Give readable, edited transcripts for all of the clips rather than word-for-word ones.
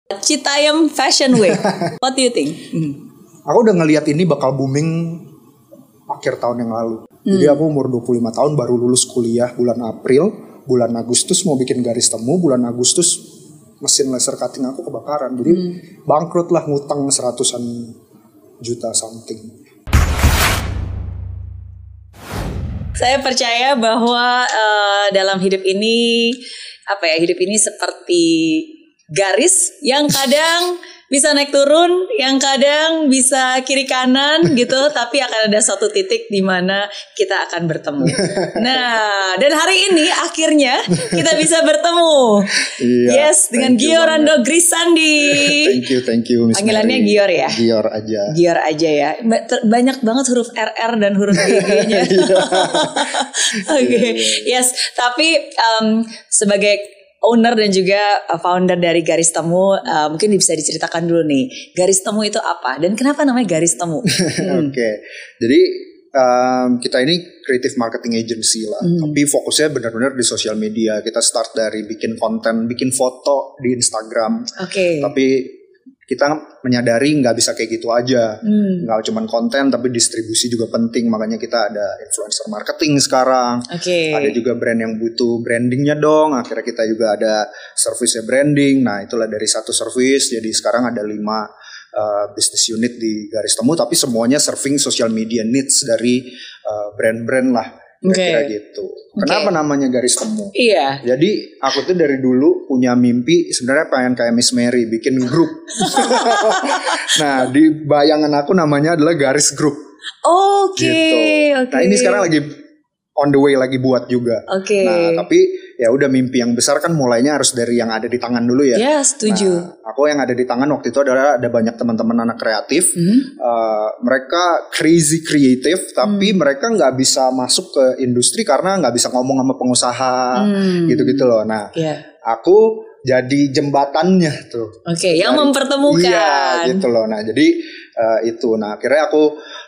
Citayam Fashion Week. What do you think? Aku udah ngelihat ini bakal booming akhir tahun yang lalu. Jadi aku umur 25 tahun baru lulus kuliah bulan April, bulan Agustus mau bikin garis temu, bulan Agustus mesin laser cutting aku kebakaran. Jadi bangkrut lah, ngutang 100-an juta something. Saya percaya bahwa dalam hidup ini hidup ini seperti garis yang kadang bisa naik turun, yang kadang bisa kiri kanan gitu, tapi akan ada suatu titik di mana kita akan bertemu. Nah, dan hari ini akhirnya kita bisa bertemu. Iya, yes, dengan Gio Rando Grisandi. Thank you Miss Panggilannya Mary. Gior ya? Gior aja ya. Banyak banget huruf RR dan huruf GG-nya. Oke, yes. Tapi sebagai owner dan juga founder dari Garis Temu, mungkin bisa diceritakan dulu nih, Garis Temu itu apa dan kenapa namanya Garis Temu? Oke. Jadi kita ini creative marketing agency lah, tapi fokusnya benar-benar di sosial media. Kita start dari bikin konten, bikin foto di Instagram. Tapi kita menyadari nggak bisa kayak gitu aja, nggak cuma konten tapi distribusi juga penting, makanya kita ada influencer marketing sekarang. Ada juga brand yang butuh brandingnya dong, akhirnya kita juga ada service branding. Nah itulah dari satu service, jadi sekarang ada 5 business unit di Garis Temu, tapi semuanya serving social media needs dari brand-brand lah. Kira-kira gitu. Kenapa namanya Garis Temu? Iya. Jadi aku tuh dari dulu punya mimpi sebenarnya pengen kayak Miss Mary bikin grup. Nah di bayangan aku namanya adalah Garis Group. Gitu. Nah ini sekarang lagi on the way lagi buat juga. Nah tapi ya udah mimpi yang besar kan mulainya harus dari yang ada di tangan dulu ya. Ya setuju. Nah, aku yang ada di tangan waktu itu adalah ada banyak teman-teman anak kreatif. Mereka crazy creative, tapi mereka nggak bisa masuk ke industri karena nggak bisa ngomong sama pengusaha gitu-gitu loh. Nah aku jadi jembatannya tuh. Yang mempertemukan. Iya gitu loh. Nah jadi itu. Nah akhirnya aku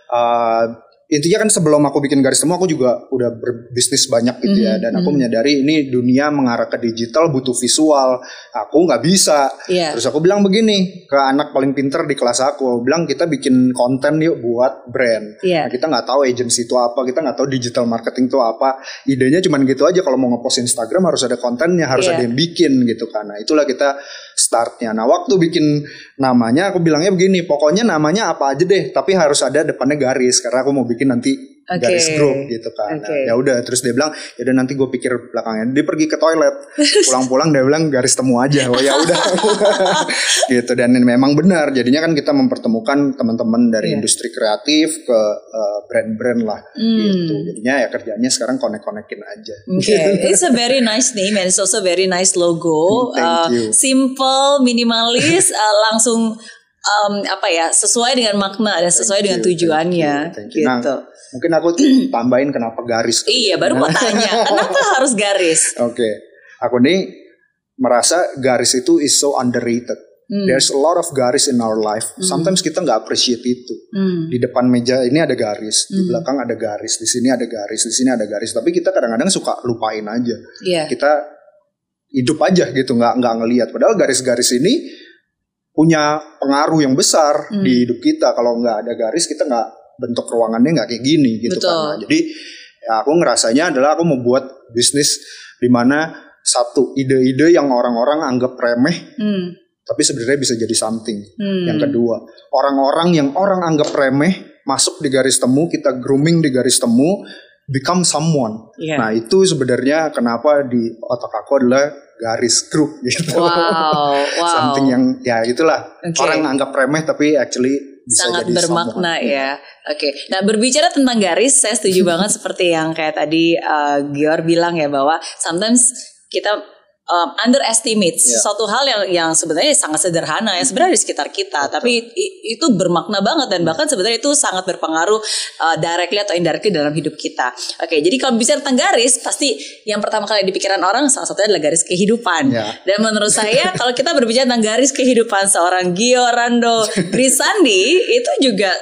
intinya kan sebelum aku bikin Garis Temu aku juga udah berbisnis banyak gitu ya, dan aku menyadari ini dunia mengarah ke digital butuh visual, aku nggak bisa. Terus aku bilang begini ke anak paling pinter di kelas aku bilang kita bikin konten yuk buat brand. Nah, kita nggak tahu agency itu apa, kita nggak tahu digital marketing itu apa, idenya cuman gitu aja, kalau mau ngepost Instagram harus ada kontennya, harus ada yang bikin gitu kan. Nah itulah kita startnya. Nah waktu bikin namanya aku bilangnya begini, pokoknya namanya apa aja deh tapi harus ada depannya garis, karena aku mau bikin nanti Garis Group gitu kan. Nah, ya udah terus dia bilang ya udah nanti gue pikir belakangnya. Dia pergi ke toilet, pulang-pulang dia bilang Garis Temu aja. Oh ya udah. Gitu, dan memang benar, jadinya kan kita mempertemukan teman-teman dari industri kreatif ke brand-brand lah gitu. Jadinya ya kerjanya sekarang connect-connectin aja. It's a very nice name and it's also very nice logo. Thank you. Simple, minimalis, langsung sesuai dengan makna dan sesuai dengan tujuannya gitu. Nah, mungkin aku tambahin kenapa garis. Iya, baru mau tanya kenapa harus garis. Aku nih merasa garis itu is so underrated. There's a lot of garis in our life. Sometimes kita nggak appreciate itu. Di depan meja ini ada garis, di belakang ada garis, di sini ada garis, di sini ada garis. Tapi kita kadang-kadang suka lupain aja. Kita hidup aja gitu, nggak ngelihat. Padahal garis-garis ini punya pengaruh yang besar di hidup kita. Kalau nggak ada garis, kita nggak, bentuk ruangannya nggak kayak gini gitu kan. Nah, jadi ya aku ngerasanya adalah aku mau buat bisnis di mana satu, ide-ide yang orang-orang anggap remeh tapi sebenarnya bisa jadi something. Yang kedua, orang-orang yang orang anggap remeh masuk di Garis Temu, kita grooming di Garis Temu, become someone. Nah itu sebenarnya kenapa di otak aku adalah Garis Group gitu. Wow. Something yang ya itulah orang anggap remeh tapi actually bisa sangat jadi bermakna ya. Nah berbicara tentang garis, saya setuju banget seperti yang kayak tadi Gior bilang ya, bahwa sometimes kita underestimate sesuatu hal yang sebenarnya sangat sederhana ya sebenarnya di sekitar kita. Tapi itu bermakna banget dan bahkan sebenarnya itu sangat berpengaruh directly atau indirectly dalam hidup kita. Jadi kalau bicara tentang garis, pasti yang pertama kali di pikiran orang salah satunya adalah garis kehidupan. Dan menurut saya kalau kita berbicara tentang garis kehidupan seorang Gio Rando Grisandi itu juga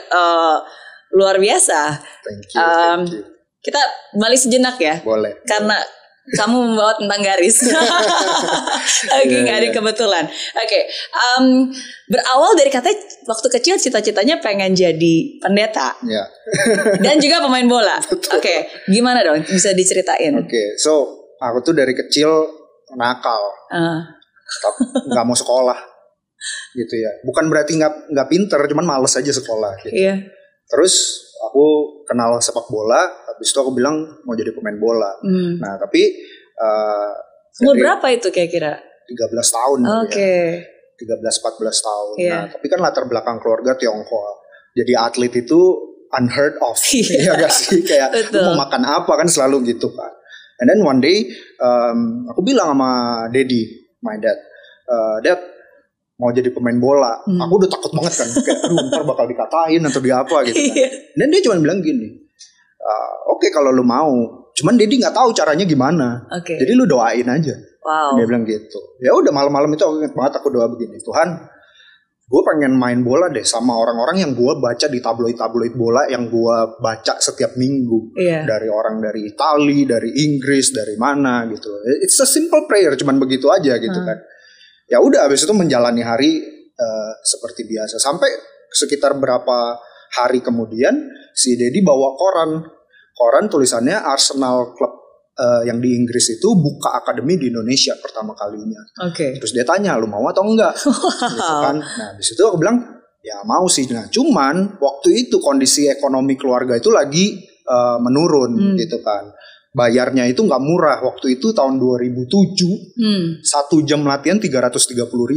luar biasa. Thank you. Kita balik sejenak ya. Boleh. Karena kamu membawa tentang garis. Oke, nggak ada kebetulan. Oke, berawal dari katanya waktu kecil cita-citanya pengen jadi pendeta. Ya. Dan juga pemain bola. Oke, gimana dong? Bisa diceritain? Oke, so aku tuh dari kecil nakal, nggak mau sekolah, gitu ya. Bukan berarti nggak pinter, cuman males aja sekolah. Gitu. Iya. Terus aku kenal sepak bola, habis itu aku bilang mau jadi pemain bola. Nah tapi umur berapa itu kira-kira? 13 tahun. Oke. 13-14 tahun. Yeah. Nah tapi kan latar belakang keluarga Tionghoa. Jadi atlet itu unheard of. Iya gak sih? Kayak lu mau makan apa kan selalu gitu kan. And then one day aku bilang sama Daddy, my dad, Dad mau jadi pemain bola. Aku udah takut banget kan. Kayak aduh ntar bakal dikatain atau di apa gitu kan. Dan dia cuma bilang gini, oke, kalau lu mau. Cuman Daddy gak tahu caranya gimana. Jadi lu doain aja. Wow. Dia bilang gitu. Ya udah malam-malam itu aku ingat banget aku doa begini. Tuhan, gue pengen main bola deh sama orang-orang yang gue baca di tabloid-tabloid bola yang gue baca setiap minggu. Dari orang dari Itali, dari Inggris, dari mana gitu. It's a simple prayer, cuman begitu aja gitu kan. Ya udah habis itu menjalani hari seperti biasa. Sampai sekitar berapa hari kemudian si Daddy bawa koran tulisannya Arsenal Club yang di Inggris itu buka akademi di Indonesia pertama kalinya. Terus dia tanya, lu mau atau enggak? Gitu kan. Nah di situ aku bilang ya mau sih. Nah cuman waktu itu kondisi ekonomi keluarga itu lagi menurun gitu kan. Bayarnya itu nggak murah. Waktu itu tahun 2007 1 jam latihan 330.000.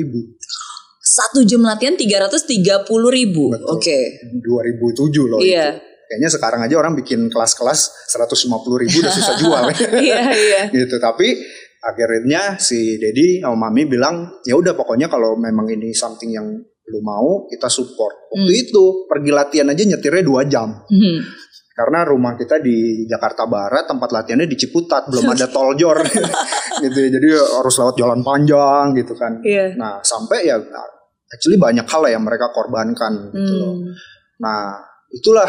1 jam latihan 330.000. Oke. 2007 loh. Iya. Itu. Kayaknya sekarang aja orang bikin kelas-kelas 150.000 udah susah jual. Iya. Gitu. Tapi akhirnya si Daddy sama Mami bilang ya udah pokoknya kalau memang ini something yang lu mau kita support. Waktu itu pergi latihan aja nyetirnya 2 jam. Karena rumah kita di Jakarta Barat, tempat latihannya di Ciputat, belum ada tol jor gitu ya. Jadi harus lewat jalan panjang gitu kan. Nah sampai ya actually banyak hal yang mereka korbankan gitu loh. Nah itulah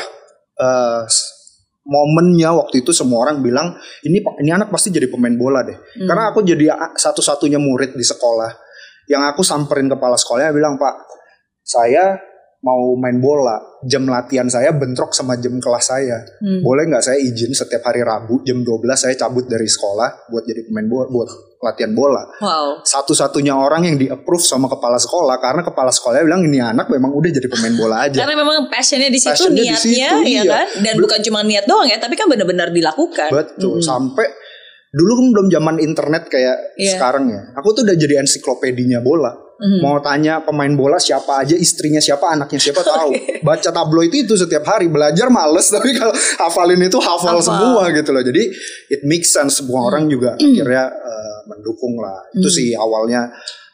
momennya waktu itu semua orang bilang ini anak pasti jadi pemain bola deh. Karena aku jadi satu-satunya murid di sekolah yang aku samperin kepala sekolahnya bilang, Pak, saya mau main bola, jam latihan saya bentrok sama jam kelas saya. Boleh nggak saya izin setiap hari Rabu jam 12 saya cabut dari sekolah buat jadi pemain bola, buat latihan bola. Wow. Satu-satunya orang yang di-approve sama kepala sekolah karena kepala sekolahnya bilang ini anak memang udah jadi pemain bola aja. Karena memang passionnya di situ, niatnya ya kan. Dan bukan cuma niat doang ya, tapi kan benar-benar dilakukan. Betul. Sampai dulu kan belum zaman internet kayak sekarang ya. Aku tuh udah jadi ensiklopedinya bola. Mau tanya pemain bola siapa aja, istrinya siapa, anaknya siapa tahu. Baca tabloid itu setiap hari, belajar males tapi kalau hafalin itu hafal semua gitu loh. Jadi it makes sense, semua orang juga akhirnya mendukung lah. Itu sih awalnya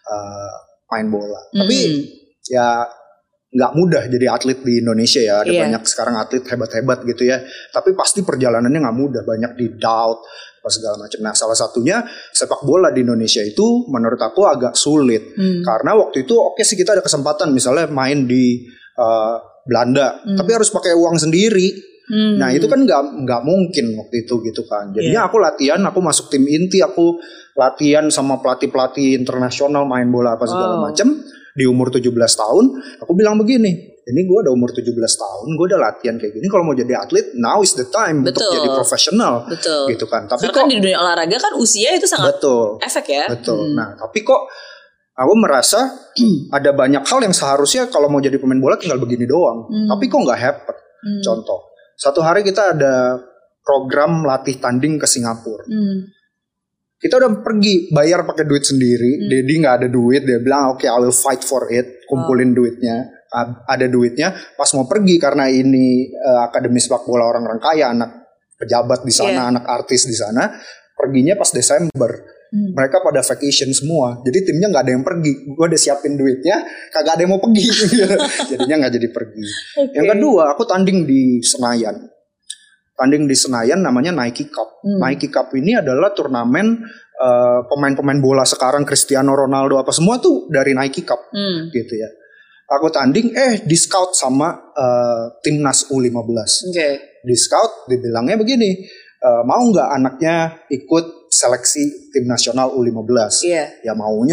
main bola. Tapi ya nggak mudah jadi atlet di Indonesia ya. Ada banyak sekarang atlet hebat-hebat gitu ya. Tapi pasti perjalanannya nggak mudah, banyak di doubt apa segala macam. Nah salah satunya sepak bola di Indonesia itu menurut aku agak sulit. Karena waktu itu oke sih kita ada kesempatan misalnya main di Belanda, tapi harus pakai uang sendiri. Nah itu kan nggak mungkin waktu itu gitu kan. Jadinya aku latihan, aku masuk tim inti, aku latihan sama pelatih-pelatih internasional main bola apa segala macam. Di umur 17 tahun, aku bilang begini, ini gue udah umur 17 tahun, gue udah latihan kayak gini, kalau mau jadi atlet, now is the time untuk jadi profesional. Gitu kan. Tapi karena kan di dunia olahraga kan usia itu sangat efek ya. Nah, tapi kok aku merasa ada banyak hal yang seharusnya kalau mau jadi pemain bola tinggal begini doang. Tapi kok nggak happen. Contoh, satu hari kita ada program latih tanding ke Singapura. Kita udah pergi bayar pakai duit sendiri. Daddy nggak ada duit, dia bilang oke, I will fight for it, kumpulin duitnya. Ada duitnya. Pas mau pergi karena ini akademi sepak bola orang-orang kaya, anak pejabat di sana, anak artis di sana. Perginya pas Desember. Mereka pada vacation semua, jadi timnya nggak ada yang pergi. Gue udah siapin duitnya, kagak ada yang mau pergi. Jadinya nggak jadi pergi. Yang kedua, aku tanding di Senayan. Tanding di Senayan namanya Nike Cup. Nike Cup ini adalah turnamen pemain-pemain bola sekarang, Cristiano Ronaldo apa semua tuh dari Nike Cup gitu ya. Aku tanding di scout sama timnas U15. Di scout dibilangnya begini, mau nggak anaknya ikut seleksi tim nasional U15? Ya maunya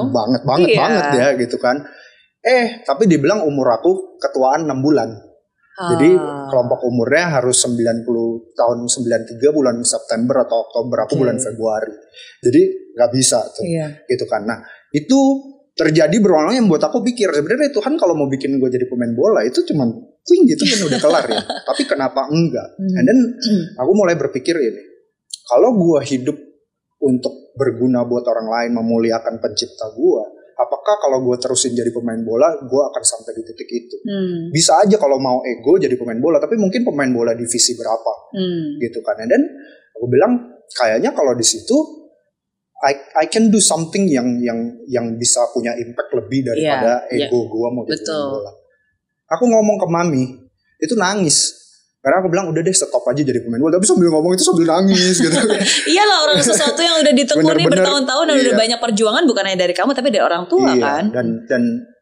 banget ya gitu kan. Tapi dibilang umur aku ketuaan 6 bulan. Jadi kelompok umurnya harus 90 tahun 93 bulan September atau Oktober, aku bulan Februari. Jadi nggak bisa tuh, gitu kan. Nah itu terjadi berulang yang buat aku pikir sebenarnya Tuhan kalau mau bikin gue jadi pemain bola itu cuman swing gitu kan udah kelar ya. Tapi kenapa enggak? And then aku mulai berpikir ini, kalau gue hidup untuk berguna buat orang lain, memuliakan pencipta gue, apakah kalau gue terusin jadi pemain bola, gue akan sampai di titik itu? Bisa aja kalau mau ego jadi pemain bola, tapi mungkin pemain bola divisi berapa, gitu kan? Dan aku bilang kayaknya kalau di situ, I can do something yang bisa punya impact lebih daripada ego gue mau jadi pemain bola. Aku ngomong ke mami, itu nangis. Karena aku bilang udah deh stop aja jadi pemain bola. Tapi sambil ngomong itu sambil nangis gitu. Iyalah orang sesuatu yang udah ditekuni bertahun-tahun dan udah banyak perjuangan bukan hanya dari kamu tapi dari orang tua kan. Dan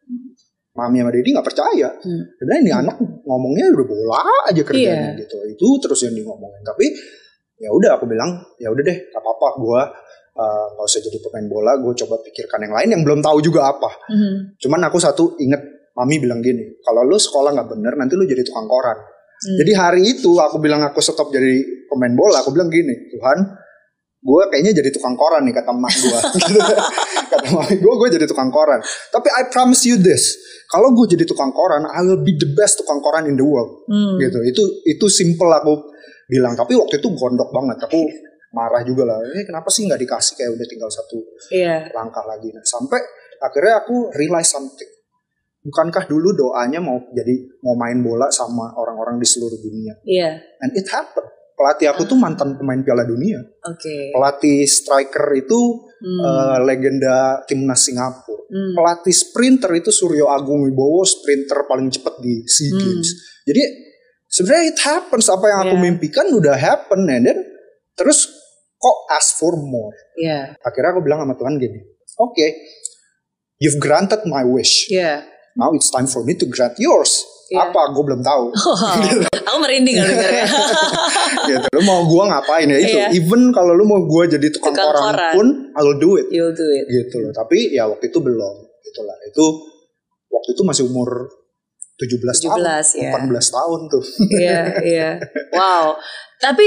mami sama Dedi nggak percaya. Karena ini anak ngomongnya udah bola aja kerjanya gitu. Itu terus yang di ngomongin. Tapi ya udah aku bilang ya udah deh gak apa-apa gue nggak usah jadi pemain bola. Gue coba pikirkan yang lain yang belum tahu juga apa. Cuman aku satu inget mami bilang gini, kalau lu sekolah nggak bener nanti lu jadi tukang koran. Jadi hari itu aku bilang aku stop jadi pemain bola. Aku bilang gini, Tuhan, gue kayaknya jadi tukang koran nih kata emak gue. Kata mami gue jadi tukang koran. Tapi I promise you this, kalau gue jadi tukang koran, I will be the best tukang koran in the world. Gitu. Itu simple aku bilang. Tapi waktu itu gondok banget. Aku marah juga lah. Kenapa sih nggak dikasih kayak udah tinggal satu langkah lagi. Nah, sampai akhirnya aku realize something. Bukankah dulu doanya mau main bola sama orang-orang di seluruh dunia? And it happened. Pelatih aku tuh mantan pemain Piala Dunia. Pelatih striker itu legenda timnas Singapura. Pelatih sprinter itu Suryo Agung Wibowo, sprinter paling cepat di SEA Games. Jadi sebenarnya it happens, apa yang aku mimpikan udah happen, and then terus kok ask for more. Akhirnya aku bilang sama Tuhan gini, okay, you've granted my wish. Now it's time for me to grant yours. Apa? Gue belum tahu. Aku merinding kalau dengarnya. Gitu. Lu mau gue ngapain ya itu? Even kalau lu mau gue jadi tukang koran pun, I'll do it. You'll do it. Gitu loh. Tapi ya waktu itu belum. Gitulah. Itu waktu itu masih umur 17 tahun, 18 tahun tuh. Iya. Wow. Tapi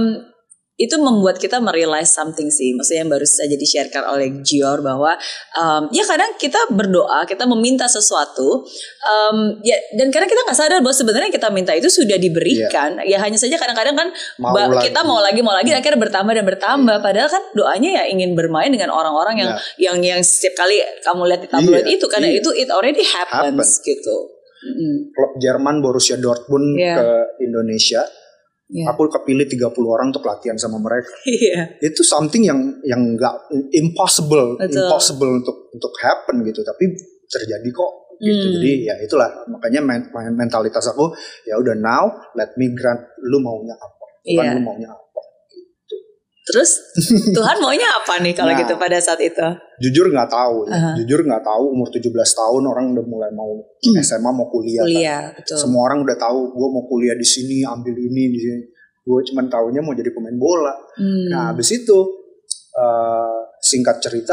itu membuat kita merealize something sih, maksudnya yang baru saja di-sharekan oleh Gior bahwa ya kadang kita berdoa, kita meminta sesuatu, ya dan kadang kita nggak sadar bahwa sebenarnya kita minta itu sudah diberikan, ya hanya saja kadang-kadang kan kita mau lagi, akhirnya bertambah dan bertambah, padahal kan doanya ya ingin bermain dengan orang-orang yang setiap kali kamu lihat di tabloid itu, karena itu it already happens gitu. Klub Jerman Borussia Dortmund ke Indonesia. Aku kepilih 30 orang untuk latihan sama mereka. Itu something yang nggak impossible untuk happen gitu, tapi terjadi kok gitu. Jadi ya itulah makanya mentalitas aku ya udah, now let me grant, lu maunya apa, bukan lu maunya apa gitu. Terus Tuhan maunya apa nih kalau gitu pada saat itu? Jujur nggak tahu ya. Jujur nggak tahu, umur 17 tahun orang udah mulai mau SMA, mau kuliah kan. Betul. Semua orang udah tahu gue mau kuliah di sini, ambil ini di sini. Gue cuman taunya mau jadi pemain bola. Nah habis itu singkat cerita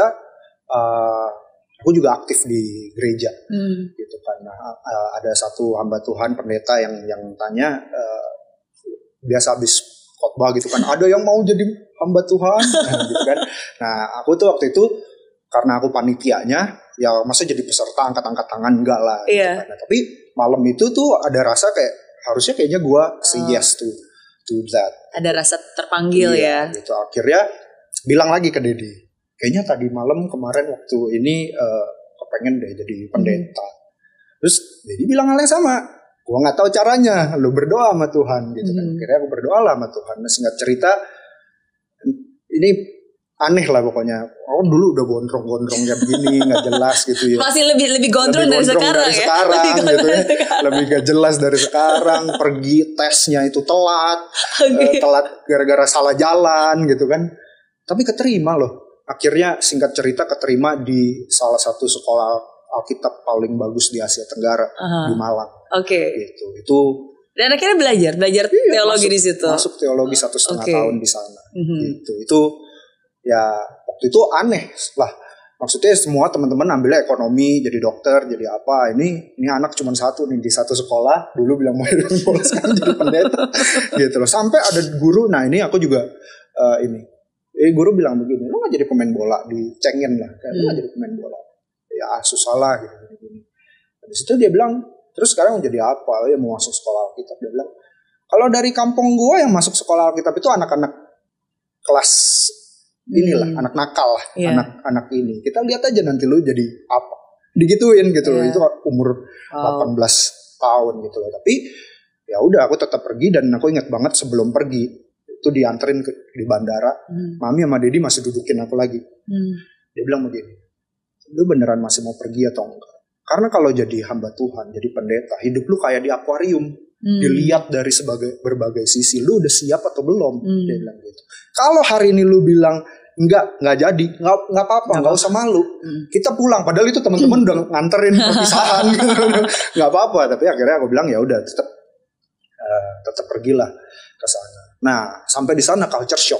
aku juga aktif di gereja gitu kan. Nah, ada satu hamba Tuhan pendeta yang tanya, biasa habis khotbah gitu kan, ada yang mau jadi hamba Tuhan gitu kan. Nah aku tuh waktu itu karena aku panitianya, ya masa jadi peserta angkat-angkat tangan, enggak lah gitu kan. Nah, tapi malam itu tuh ada rasa kayak harusnya kayaknya gue say yes to that. Ada rasa terpanggil ya. Gitu. Akhirnya bilang lagi ke Dedi, kayaknya tadi malam kemarin waktu ini kepengen deh jadi pendeta. Terus Dedi bilang hal yang sama, gue nggak tahu caranya, lu berdoa sama Tuhan gitu kan. Akhirnya aku berdoa lah sama Tuhan. Nah, singkat cerita ini aneh lah pokoknya. Oh dulu udah gondrong-gondrongnya begini, nggak jelas gitu ya. Masih lebih gondrong dari sekarang ya. Gitu ya. Lebih gak jelas dari sekarang. Pergi tesnya itu telat, telat gara-gara salah jalan gitu kan. Tapi keterima loh. Akhirnya singkat cerita keterima di salah satu sekolah Alkitab paling bagus di Asia Tenggara di Malang. Gitu. Itu Dan akhirnya belajar teologi di situ. Masuk teologi 1,5 tahun di sana. Gitu. Itu ya waktu itu aneh lah. Maksudnya semua teman-teman ambilnya ekonomi, jadi dokter, jadi apa. Ini anak cuma satu nih di satu sekolah. Dulu bilang mau jadi bola, sekarang jadi pendeta. Gitu loh. Sampai ada guru. Nah ini aku juga guru bilang begini, lu gak jadi pemain bola, dicengin lah. Kayak lu gak jadi pemain bola. Ya susah lah gitu. Habis itu dia bilang, terus sekarang mau jadi apa? Ya mau masuk sekolah Alkitab. Dia bilang, kalau dari kampung gua yang masuk sekolah Alkitab itu anak-anak kelas inilah, anak nakal lah, anak-anak ini. Kita lihat aja nanti lu jadi apa. Digituin gitu loh. Itu umur 18 tahun gitu loh. Tapi ya udah aku tetap pergi, dan aku ingat banget sebelum pergi itu dianterin di bandara. Mami sama Dedi masih dudukin aku lagi. Dia bilang begini, lu beneran masih mau pergi atau enggak? Karena kalau jadi hamba Tuhan, jadi pendeta, hidup lu kayak di akuarium. Dilihat dari berbagai sisi. Lu udah siap atau belum? Dia bilang gitu. Kalau hari ini lu bilang nggak jadi, nggak apa-apa, nggak usah malu. Kita pulang. Padahal itu teman-teman udah nganterin perpisahan. Nggak apa-apa. Tapi akhirnya aku bilang ya udah tetap pergilah ke sana. Nah sampai di sana culture shock.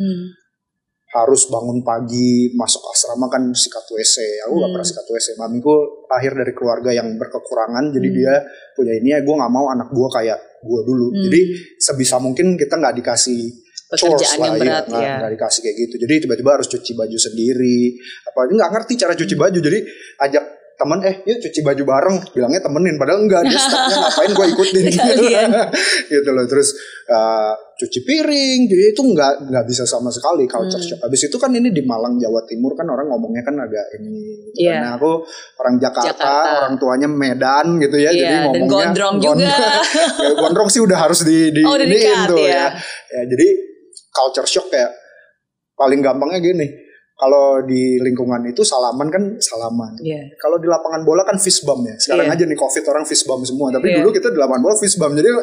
Harus bangun pagi, masuk asrama kan sikat WC. Aku gak pernah sikat WC. Mamiku lahir dari keluarga yang berkekurangan, jadi dia punya ini ya. Gue gak mau anak gue kayak gue dulu. Jadi sebisa mungkin kita gak dikasih chores lah, gak dikasih kayak gitu. Jadi tiba-tiba harus cuci baju sendiri. Apalagi gak ngerti cara cuci baju. Jadi ajak temen, yuk cuci baju bareng. Bilangnya temenin, padahal enggak. Dia stepnya ngapain gue ikutin. Gitu loh. Terus cuci piring, jadi itu nggak bisa sama sekali culture shock. Habis itu kan ini di Malang, Jawa Timur kan orang ngomongnya kan agak ini. Karena aku orang Jakarta, orang tuanya Medan gitu ya, jadi ngomongnya. Dan gondrong juga. Ya, gondrong sih udah harus diiniin tuh ya. Jadi culture shock kayak paling gampangnya gini. Kalau di lingkungan itu salaman kan salaman. Kalau di lapangan bola kan fist bump ya. Sekarang aja nih COVID orang fist bump semua. Tapi dulu kita di lapangan bola fist bump. Jadi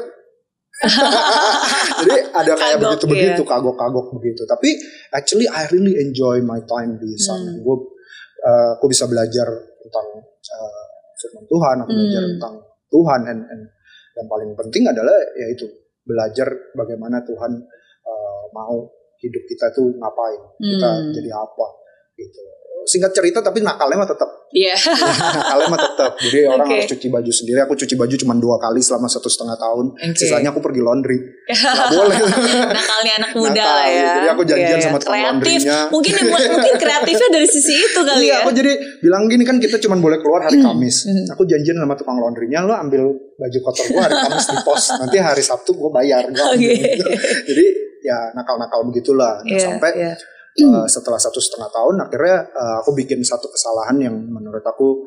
ada kayak begitu-begitu, kagok-kagok begitu. Tapi actually I really enjoy my time di sana. Aku bisa belajar tentang firman Tuhan, aku belajar tentang Tuhan, dan yang paling penting adalah yaitu belajar bagaimana Tuhan mau hidup kita tuh ngapain, kita jadi apa gitu. Singkat cerita tapi nakalnya mah tetap. Nakalnya mah tetap. Jadi orang harus cuci baju sendiri. Aku cuci baju cuma 2 kali selama 1,5 tahun. Sisanya aku pergi laundry. Gak boleh. Nakalnya anak muda lah ya. Jadi aku janjian sama tukang laundrynya. Mungkin kreatifnya dari sisi itu kali ya. Aku jadi bilang gini kan, kita cuma boleh keluar hari Kamis. Aku janjian sama tukang laundrynya, lo ambil baju kotor gue hari Kamis di pos. Nanti hari Sabtu gue bayar. Gitu. Jadi ya nakal-nakal begitulah. Sampai setelah 1,5 tahun akhirnya aku bikin satu kesalahan yang menurut aku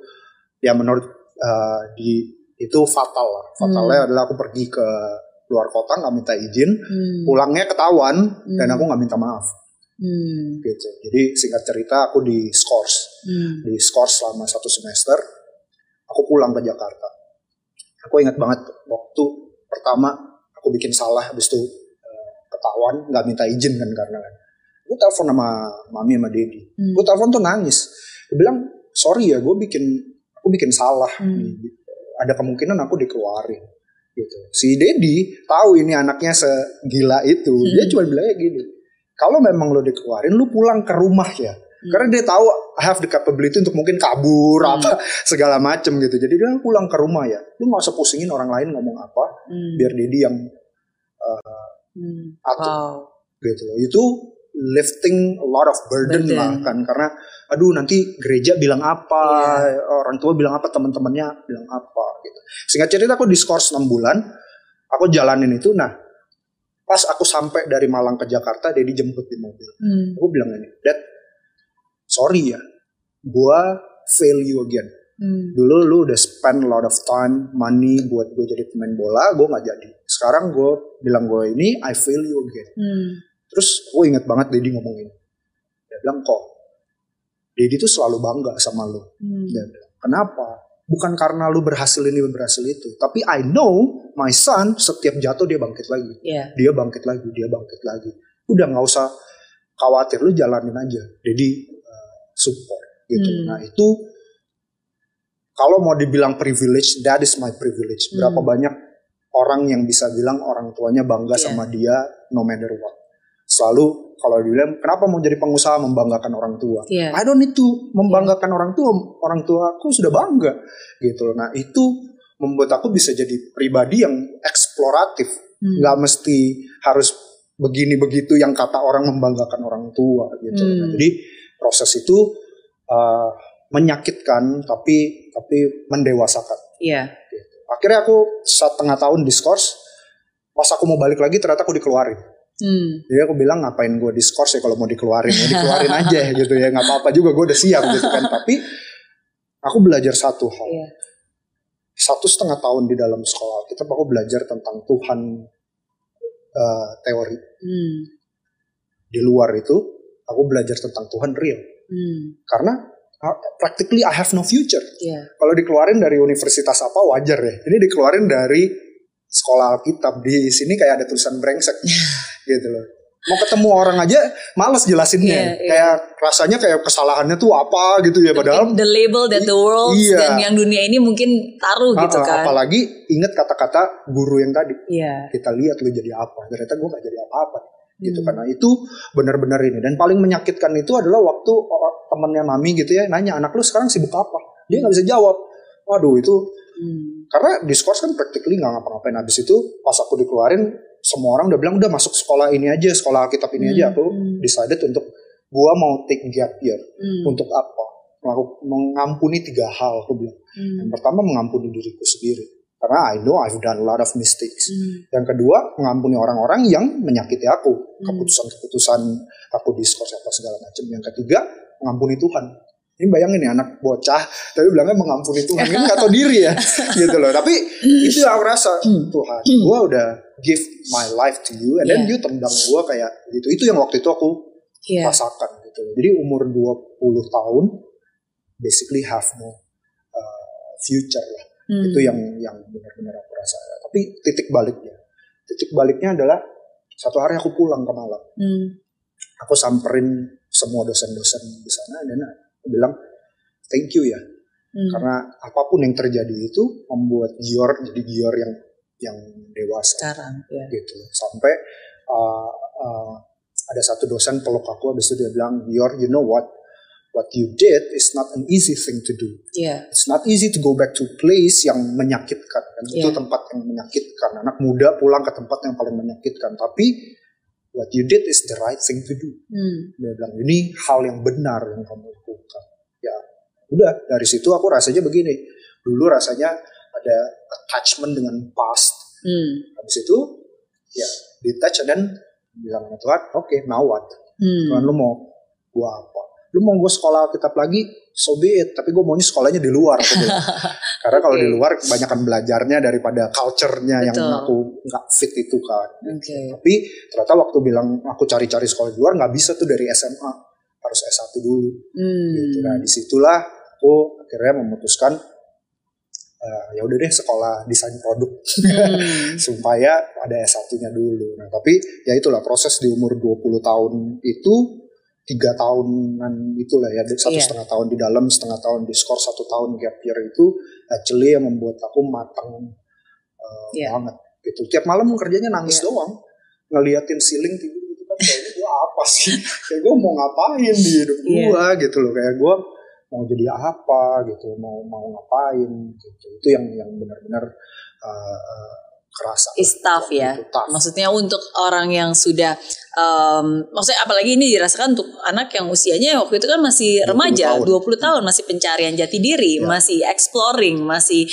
itu fatal lah. Fatalnya adalah aku pergi ke luar kota nggak minta izin, pulangnya ketahuan dan aku nggak minta maaf. Gitu. Jadi singkat cerita aku di skors selama 1 semester. Aku pulang ke Jakarta. Aku ingat banget waktu pertama aku bikin salah, habis itu ketahuan nggak minta izin kan, karena gue telepon sama Mami sama Dedi. Gue telepon tuh nangis. Gue bilang, sorry ya, aku bikin salah. Ada kemungkinan aku dikeluarin. Gitu. Si Dedi tahu ini anaknya segila itu. Dia cuma bilangnya gini, kalau memang lo dikeluarin, lo pulang ke rumah ya. Karena dia tahu I have the capability untuk mungkin kabur apa segala macem gitu. Jadi dia pulang ke rumah ya. Lo gak usah pusingin orang lain ngomong apa. Biar Dedi yang atur. Gitu loh. Itu lifting a lot of burden lah kan, karena aduh nanti gereja bilang apa, orang tua bilang apa, teman-temannya bilang apa gitu. Singkat cerita aku diskors 6 bulan, aku jalanin itu. Nah pas aku sampai dari Malang ke Jakarta, dia dijemput di mobil. Aku bilang ini, Dad, sorry ya, gue fail you again. Dulu lu udah spend a lot of time, money buat gue jadi pemain bola, gue gak jadi. Sekarang gue bilang gue ini, I fail you again. Terus gue inget banget Dedi ngomongin. Dia bilang, kok Dedi tuh selalu bangga sama lu. Dia bilang, kenapa? Bukan karena lu berhasil ini, berhasil itu. Tapi I know my son setiap jatuh dia bangkit lagi. Dia bangkit lagi, dia bangkit lagi. Udah gak usah khawatir, lu jalanin aja. Dedi support gitu. Nah itu kalau mau dibilang privilege, that is my privilege. Berapa banyak orang yang bisa bilang orang tuanya bangga sama dia no matter what. Selalu kalau dibilang kenapa mau jadi pengusaha membanggakan orang tua. I don't need to membanggakan orang tua aku sudah bangga gitu. Nah itu membuat aku bisa jadi pribadi yang eksploratif. Gak mesti harus begini begitu yang kata orang membanggakan orang tua gitu. Nah, jadi proses itu menyakitkan tapi mendewasakan. Gitu. Akhirnya aku 1,5 tahun diskors. Pas aku mau balik lagi ternyata aku dikeluarin. Jadi aku bilang ngapain gue diskors ya kalau mau dikeluarin ya dikeluarin aja gitu ya, nggak apa-apa juga gue udah siap gitu kan. Tapi aku belajar satu hal. 1,5 tahun di dalam sekolah kita aku belajar tentang Tuhan teori. Di luar itu aku belajar tentang Tuhan real. Karena practically I have no future. Kalau dikeluarin dari universitas apa wajar ya. Ini dikeluarin dari sekolah Alkitab, di sini kayak ada tulisan brengsek gitu loh. Mau ketemu orang aja males jelasinnya. Kayak rasanya kayak kesalahannya tuh apa gitu ya, padahal the label that the world dan yang dunia ini mungkin taruh gitu kan. Apalagi ingat kata-kata guru yang tadi. Kita lihat lu jadi apa. Ternyata gue gak jadi apa-apa gitu. Karena itu benar-benar ini. Dan paling menyakitkan itu adalah waktu temennya mami gitu ya nanya, anak lu sekarang sibuk apa? Dia gak bisa jawab. Waduh itu karena diskors kan practically gak ngapa-ngapain. Habis itu pas aku dikeluarin, semua orang udah bilang udah masuk sekolah ini aja, sekolah Alkitab ini aja. Aku decided untuk gua mau take gap year. Untuk apa? Mengampuni 3 hal aku bilang. Yang pertama mengampuni diriku sendiri, karena I know I've done a lot of mistakes. Yang kedua mengampuni orang-orang yang menyakiti aku, keputusan-keputusan aku diskors apa segala macam. Yang ketiga mengampuni Tuhan. Ini bayangin ya anak bocah tapi bilangnya mengampuni Tuhan, ini gak tahu diri ya gitu loh. Tapi itu yang aku rasa, Tuhan gue udah give my life to you and then you tendang gue kayak gitu. Itu yang waktu itu aku rasakan gitu. Jadi umur 20 tahun basically have no future lah. Itu yang benar-benar aku rasa. Tapi titik baliknya adalah satu hari aku pulang ke Malang. Aku samperin semua dosen-dosen di sana dan bilang thank you ya, karena apapun yang terjadi itu membuat Gior jadi Gior yang dewasa sekarang, gitu. Sampai ada satu dosen peluk aku, habis itu dia bilang, Gior, you know what you did is not an easy thing to do. It's not easy to go back to place yang menyakitkan, dan itu tempat yang menyakitkan. Anak muda pulang ke tempat yang paling menyakitkan, tapi what you did is the right thing to do. Dia bilang, ini hal yang benar yang kamu lakukan. Ya, udah dari situ aku rasanya begini. Dulu rasanya ada attachment dengan past. Habis itu, ya detach dan bilang sama Tuhan, oke, now what? Tuhan, lu mau gua apa? Lu mau gua sekolah Alkitab lagi? So be it. Tapi gua maunya sekolahnya di luar. Aku bilang. Karena kalau di luar kebanyakan belajarnya daripada culture-nya yang aku gak fit itu kan. Tapi ternyata waktu bilang aku cari-cari sekolah di luar gak bisa tuh dari SMA. Harus S1 dulu. Gitu. Nah disitulah aku akhirnya memutuskan ya udah deh sekolah desain produk. Supaya ada S1-nya dulu. Nah tapi ya itulah proses di umur 20 tahun itu 3 tahunan itulah ya, 1,5 tahun di dalam, setengah tahun di skor, 1 tahun gap year itu actually yang membuat aku matang banget gitu. Tiap malam kerjanya nangis doang, ngeliatin ceiling TV gitu kan, kayak gue apa sih, kayak gue mau ngapain di hidup gue gitu loh, kayak gue mau jadi apa gitu, mau ngapain gitu. Itu yang benar-benar kerasa. Is tough ya. Maksudnya untuk orang yang sudah maksudnya apalagi ini dirasakan untuk anak yang usianya waktu itu kan masih remaja, 20 tahun, masih pencarian jati diri, masih exploring, masih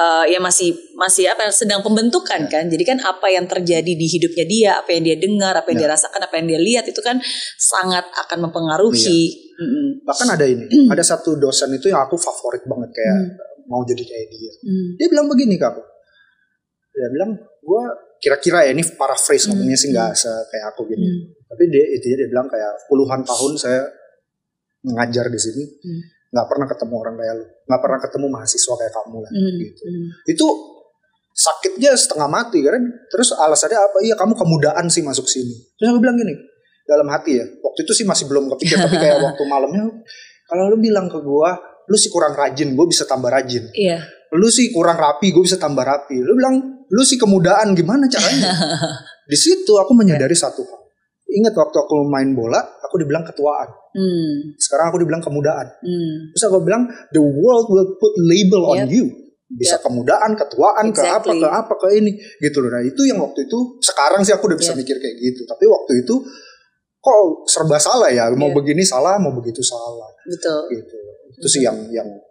masih apa sedang pembentukan kan. Jadi kan apa yang terjadi di hidupnya dia, apa yang dia dengar, apa yang dia rasakan, apa yang dia lihat itu kan sangat akan mempengaruhi. Bahkan ada ini, ada satu dosen itu yang aku favorit banget, kayak mau jadi kayak dia. Dia bilang begini ke aku. Dia bilang, gue kira-kira ya ini paraphrase ngomongnya sih nggak kayak aku gini. Tapi dia bilang kayak puluhan tahun saya ngajar di sini, nggak pernah ketemu orang kayak lu, nggak pernah ketemu mahasiswa kayak kamu lah. Gitu. Itu sakitnya setengah mati kan. Terus alasannya apa? Iya kamu kemudaan sih masuk sini. Terus aku bilang gini, dalam hati ya, waktu itu sih masih belum kepikir, tapi kayak waktu malamnya, kalau lu bilang ke gue, lu sih kurang rajin, gue bisa tambah rajin. lu sih kurang rapi, gue bisa tambah rapi. Lu bilang lu sih kemudaan, gimana caranya? Di situ aku menyadari satu hal. Ingat waktu aku main bola, aku dibilang ketuaan. Sekarang aku dibilang kemudaan. Terus aku bilang the world will put label on you. Bisa kemudaan, ketuaan, ke apa ke ini gitu loh. Nah itu yang waktu itu, sekarang sih aku udah bisa mikir kayak gitu. Tapi waktu itu kok serba salah ya. Mau begini salah, mau begitu salah. Betul. Gitu. Itu sih yang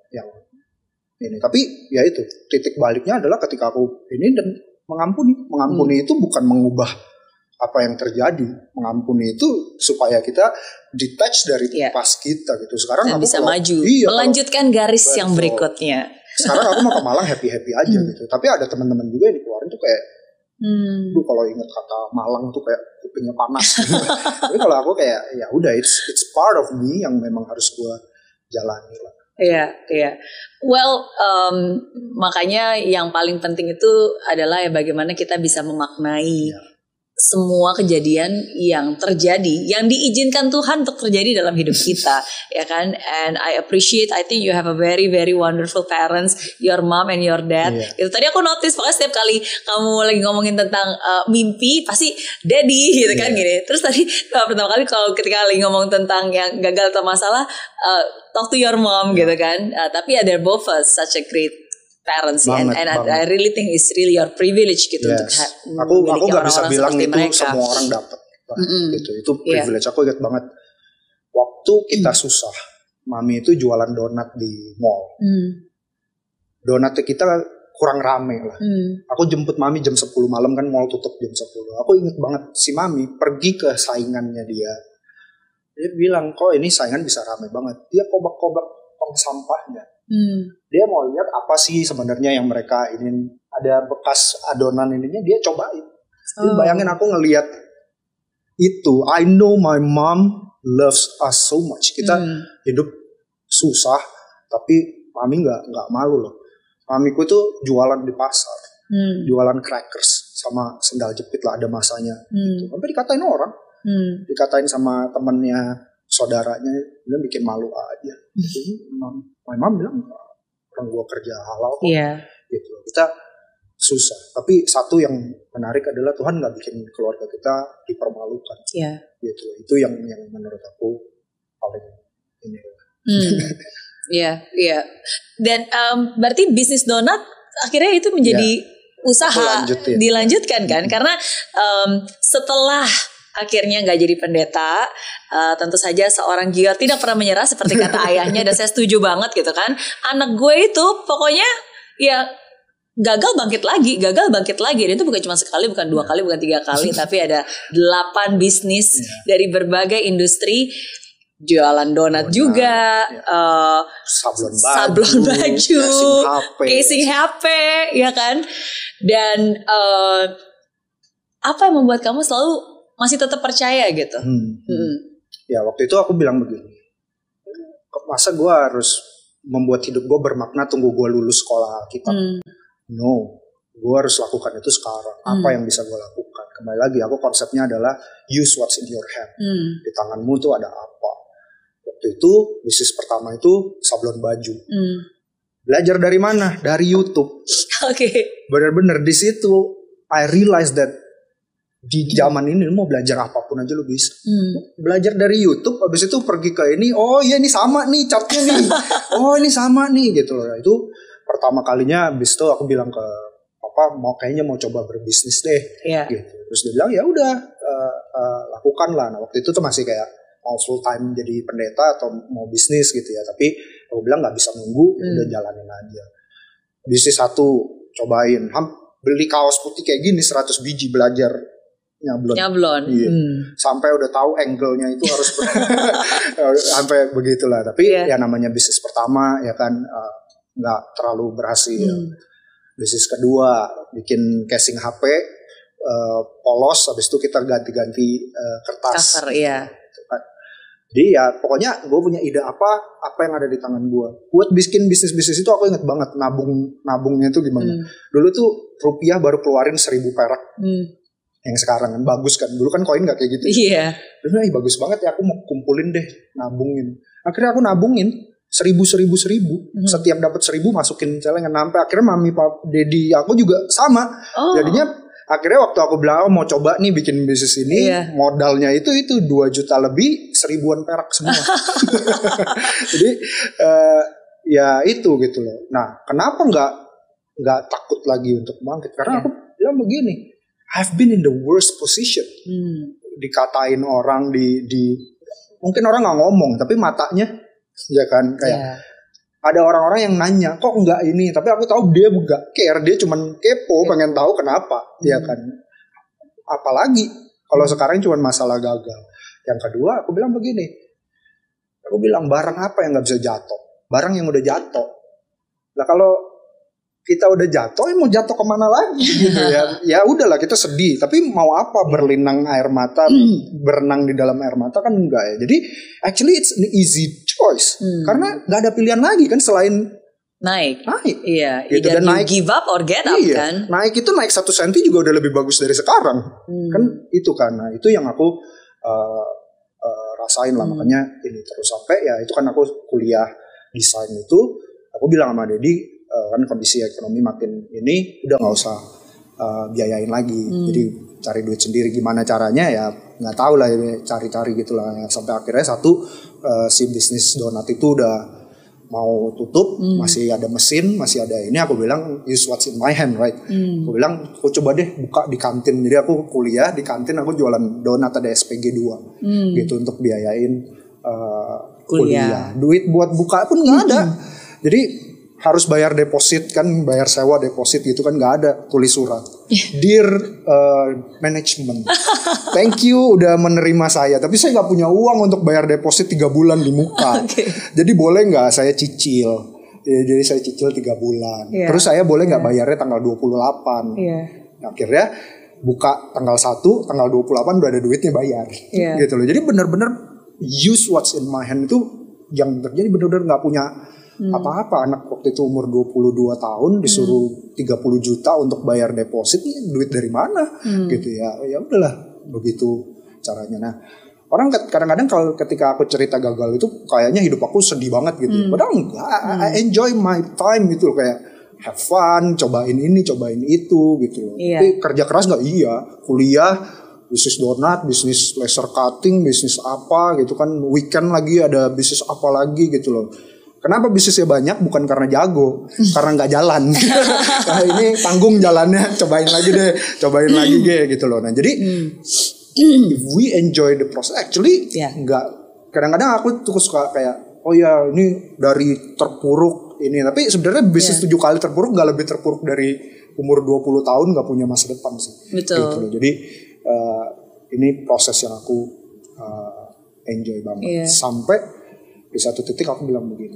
ini. Tapi ya itu titik baliknya adalah ketika aku ini dan mengampuni itu bukan mengubah apa yang terjadi. Mengampuni itu supaya kita detach dari past kita gitu. Sekarang dan aku bisa maju, melanjutkan garis yang berikutnya. Sekarang aku mau ke Malang happy aja gitu. Tapi ada teman-teman juga yang dikeluarin tuh kayak, kalau inget kata Malang tuh kayak kupingnya panas. Gitu. Tapi kalau aku kayak ya udah it's part of me yang memang harus gue jalani lah. Iya. Well, makanya yang paling penting itu adalah ya bagaimana kita bisa memaknai semua kejadian yang terjadi, yang diizinkan Tuhan untuk terjadi dalam hidup kita, ya kan? And I think you have a very very wonderful parents, your mom and your dad. Itu tadi aku notice, pokoknya setiap kali kamu lagi ngomongin tentang mimpi, pasti daddy gitu kan gini. Terus tadi pertama kali kalau ketika lagi ngomong tentang yang gagal atau masalah, talk to your mom gitu kan. Tapi they're both such a great parents banget. I really think it's really your privilege gitu untuk aku nggak bisa bilang itu mereka. Semua orang dapat gitu. Itu privilege. Aku ingat banget waktu kita susah, mami itu jualan donat di mall. Donatnya kita kurang rame lah. Aku jemput mami jam 10 malam, kan mall tutup jam 10. Aku ingat banget si mami pergi ke saingannya dia bilang, kok ini saingan bisa rame banget. Dia kobak-kobak tong sampahnya. Dia mau lihat apa sih sebenarnya yang mereka ingin, ada bekas adonan ininya, dia cobain. Jadi bayangin aku ngelihat itu, I know my mom loves us so much. Kita hidup susah, tapi mami nggak malu loh. Mamiku itu jualan di pasar, jualan crackers sama sendal jepit lah, ada masanya. Gitu. Sampai dikatain orang, dikatain sama temennya, saudaranya, dia bikin malu aja. My mom bilang orang gua kerja halal kok, gitu. Kita susah, tapi satu yang menarik adalah Tuhan nggak bikin keluarga kita dipermalukan, gitu. Itu yang menurut aku paling ini. Iya. Dan berarti bisnis donat akhirnya itu menjadi usaha dilanjutkan kan? Karena setelah akhirnya nggak jadi pendeta, tentu saja seorang Gior tidak pernah menyerah seperti kata ayahnya, dan saya setuju banget gitu kan. Anak gue itu pokoknya ya gagal bangkit lagi, dan itu bukan cuma sekali, bukan 2 kali, bukan 3 kali, tapi ada 8 bisnis dari berbagai industri. Jualan donat juga, sablon baju, casing HP, ya kan. Dan apa yang membuat kamu selalu masih tetap percaya gitu? Ya waktu itu aku bilang begini, masa gue harus membuat hidup gue bermakna tunggu gue lulus sekolah Alkitab? No, gue harus lakukan itu sekarang. Apa yang bisa gue lakukan? Kembali lagi, aku konsepnya adalah use what's in your hand. Di tanganmu tuh ada apa? Waktu itu bisnis pertama itu sablon baju. Belajar dari mana? Dari YouTube. Benar-benar di situ I realized that di zaman ini mau belajar apapun aja lu bisa. Belajar dari YouTube, habis itu pergi ke ini, oh iya ini sama nih chartnya nih. Oh ini sama nih gitu loh. Itu pertama kalinya, habis itu aku bilang ke papa, kayaknya mau coba berbisnis deh. Gitu. Terus dia bilang ya udah lakukan lah. Nah waktu itu tuh masih kayak mau full time jadi pendeta atau mau bisnis gitu ya. Tapi aku bilang nggak bisa nunggu, udah jalanin aja. Bisnis 1 cobain, beli kaos putih kayak gini 100 biji, belajar nyablon. Iya. Sampai udah tahu angle-nya itu harus sampai begitulah. Tapi ya namanya bisnis pertama ya kan nggak terlalu berhasil. Bisnis kedua bikin casing HP polos, habis itu kita ganti-ganti kertas. Cover, iya. Gitu kan. Jadi ya pokoknya gue punya ide apa yang ada di tangan gue. Buat bikin bisnis itu aku inget banget nabungnya itu gimana. Dulu tuh rupiah baru keluarin 1.000 perak. Yang sekarang kan bagus kan, dulu kan koin gak kayak gitu. Iya. Bagus banget ya, aku mau kumpulin deh, nabungin. Akhirnya aku nabungin seribu. Setiap dapat 1.000 masukin celengan. Sampai akhirnya mami dedi aku juga sama. Jadinya akhirnya waktu aku bilang mau coba nih bikin bisnis ini, modalnya itu 2 juta lebih, 1.000-an perak semua. Jadi ya itu gitu loh. Nah, kenapa nggak takut lagi untuk bangkit? Karena aku bilang begini, I've been in the worst position. Dikatain orang di mungkin orang nggak ngomong, tapi matanya ya kan kayak ada orang-orang yang nanya kok enggak ini, tapi aku tahu dia enggak care, dia cuman kepo, pengen tahu kenapa, ya kan. Apalagi kalau sekarang cuman masalah gagal. Yang kedua aku bilang begini, aku bilang barang apa yang nggak bisa jatuh? Barang yang udah jatuh. Nah kalau kita udah jatuh, mau jatuh kemana lagi gitu ya? Ya udahlah kita sedih, tapi mau apa berlinang air mata, berenang di dalam air mata kan enggak ya. Jadi actually it's an easy choice karena nggak ada pilihan lagi kan selain naik. Iya. Gitu. Dan naik, give up or get up kan. Naik itu naik 1 senti juga udah lebih bagus dari sekarang. Kan itu karena itu yang aku rasain lah, makanya ini terus sampai ya itu kan aku kuliah desain itu, aku bilang sama Dedi, kan kondisi ekonomi makin ini udah nggak usah biayain lagi, jadi cari duit sendiri gimana caranya ya nggak tahu lah, ya, cari-cari gitulah ya. Sampai akhirnya si bisnis donat itu udah mau tutup, masih ada mesin, masih ada ini, aku bilang use what's in my hand, right? Aku bilang aku coba deh buka di kantin, jadi aku kuliah di kantin, aku jualan donat, ada SPG 2 gitu untuk biayain kuliah. Duit buat buka pun nggak ada, jadi harus bayar deposit kan, bayar sewa deposit gitu kan, nggak ada, tulis surat. Dear management, thank you udah menerima saya, tapi saya nggak punya uang untuk bayar deposit 3 bulan di muka. Jadi boleh nggak saya cicil? Ya, jadi saya cicil 3 bulan. Terus saya boleh nggak bayarnya tanggal 28? Nah, akhirnya buka tanggal 1, tanggal 28 udah ada duitnya bayar. Gitu loh. Jadi benar-benar use what's in my hand itu yang terjadi, benar-benar nggak punya apa-apa. Anak waktu itu umur 22 tahun disuruh 30 juta untuk bayar deposit, duit dari mana gitu ya. Ya udahlah begitu caranya. Nah, orang kadang-kadang kalau ketika aku cerita gagal itu kayaknya hidup aku sedih banget gitu. Padahal enggak, I enjoy my time gitu loh, kayak have fun, cobain ini, cobain itu gitu loh. Tapi kerja keras enggak? Iya, kuliah, bisnis donat, bisnis laser cutting, bisnis apa gitu kan, weekend lagi ada bisnis apa lagi gitu loh. Kenapa bisnisnya banyak? Bukan karena jago, karena nggak jalan. Nah, ini tanggung jalannya, cobain lagi gitu loh. Nah jadi if we enjoy the process, actually nggak. Kadang-kadang aku tuh suka kayak, oh ya ini dari terpuruk ini, tapi sebenarnya bisnis 7 kali terpuruk nggak lebih terpuruk dari umur 20 tahun nggak punya masa depan sih. Betul. Gitu loh. Jadi ini proses yang aku enjoy banget. Sampai di satu titik aku bilang begini,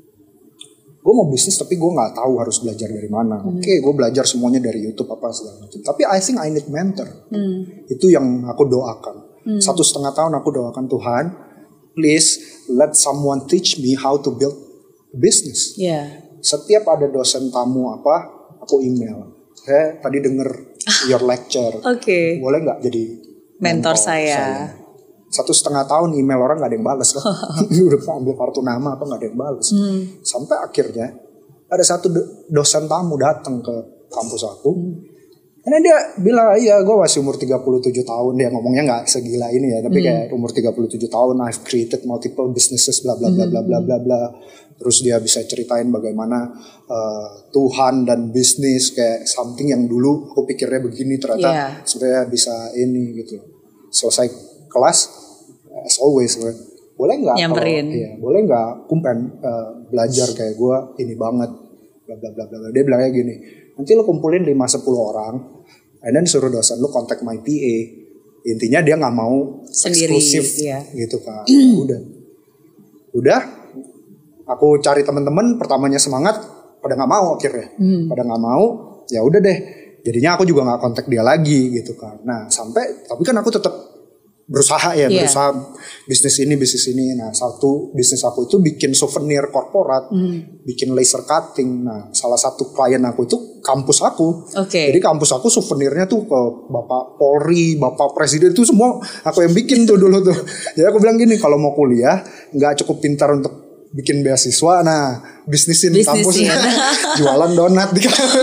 gue mau bisnis tapi gue nggak tahu harus belajar dari mana. Oke, gue belajar semuanya dari YouTube apa segala macam. Tapi I think I need mentor. Itu yang aku doakan. 1,5 tahun aku doakan, Tuhan, please let someone teach me how to build business. Setiap ada dosen tamu apa, aku email. Saya tadi denger your lecture. Boleh nggak jadi mentor saya? 1,5 tahun email orang gak ada yang balas kan. Udah ambil kartu nama apa gak ada yang balas. Sampai akhirnya ada satu dosen tamu datang ke kampus aku. Karena dia bilang, iya gue masih umur 37 tahun. Dia ngomongnya gak segila ini ya, tapi kayak umur 37 tahun, I've created multiple businesses bla bla bla bla bla bla bla. Terus dia bisa ceritain bagaimana Tuhan dan bisnis kayak something yang dulu aku pikirnya begini, ternyata sebenarnya bisa ini gitu. Selesai kelas, as always, boleh nggak? Nyamperin. Boleh nggak? Kumpen belajar kayak gue ini banget, bla bla bla bla. Dia bilangnya gini, nanti lo kumpulin 5-10 orang, and then suruh dosen lo kontak my PA. Intinya dia nggak mau sendiri, eksklusif, gitu kan. Udah. Aku cari teman-teman, pertamanya semangat, pada nggak mau akhirnya, pada nggak mau, ya udah deh. Jadinya aku juga nggak kontak dia lagi gitu kan. Nah sampai, tapi kan aku tetap berusaha bisnis ini. Nah satu bisnis aku itu bikin souvenir korporat, bikin laser cutting. Nah salah satu klien aku itu kampus aku. Jadi kampus aku souvenirnya tuh ke Bapak Polri, Bapak Presiden, itu semua aku yang bikin tuh dulu tuh. Jadi aku bilang gini, kalau mau kuliah nggak cukup pintar untuk bikin beasiswa, nah bisnisin kampusnya, jualan donat,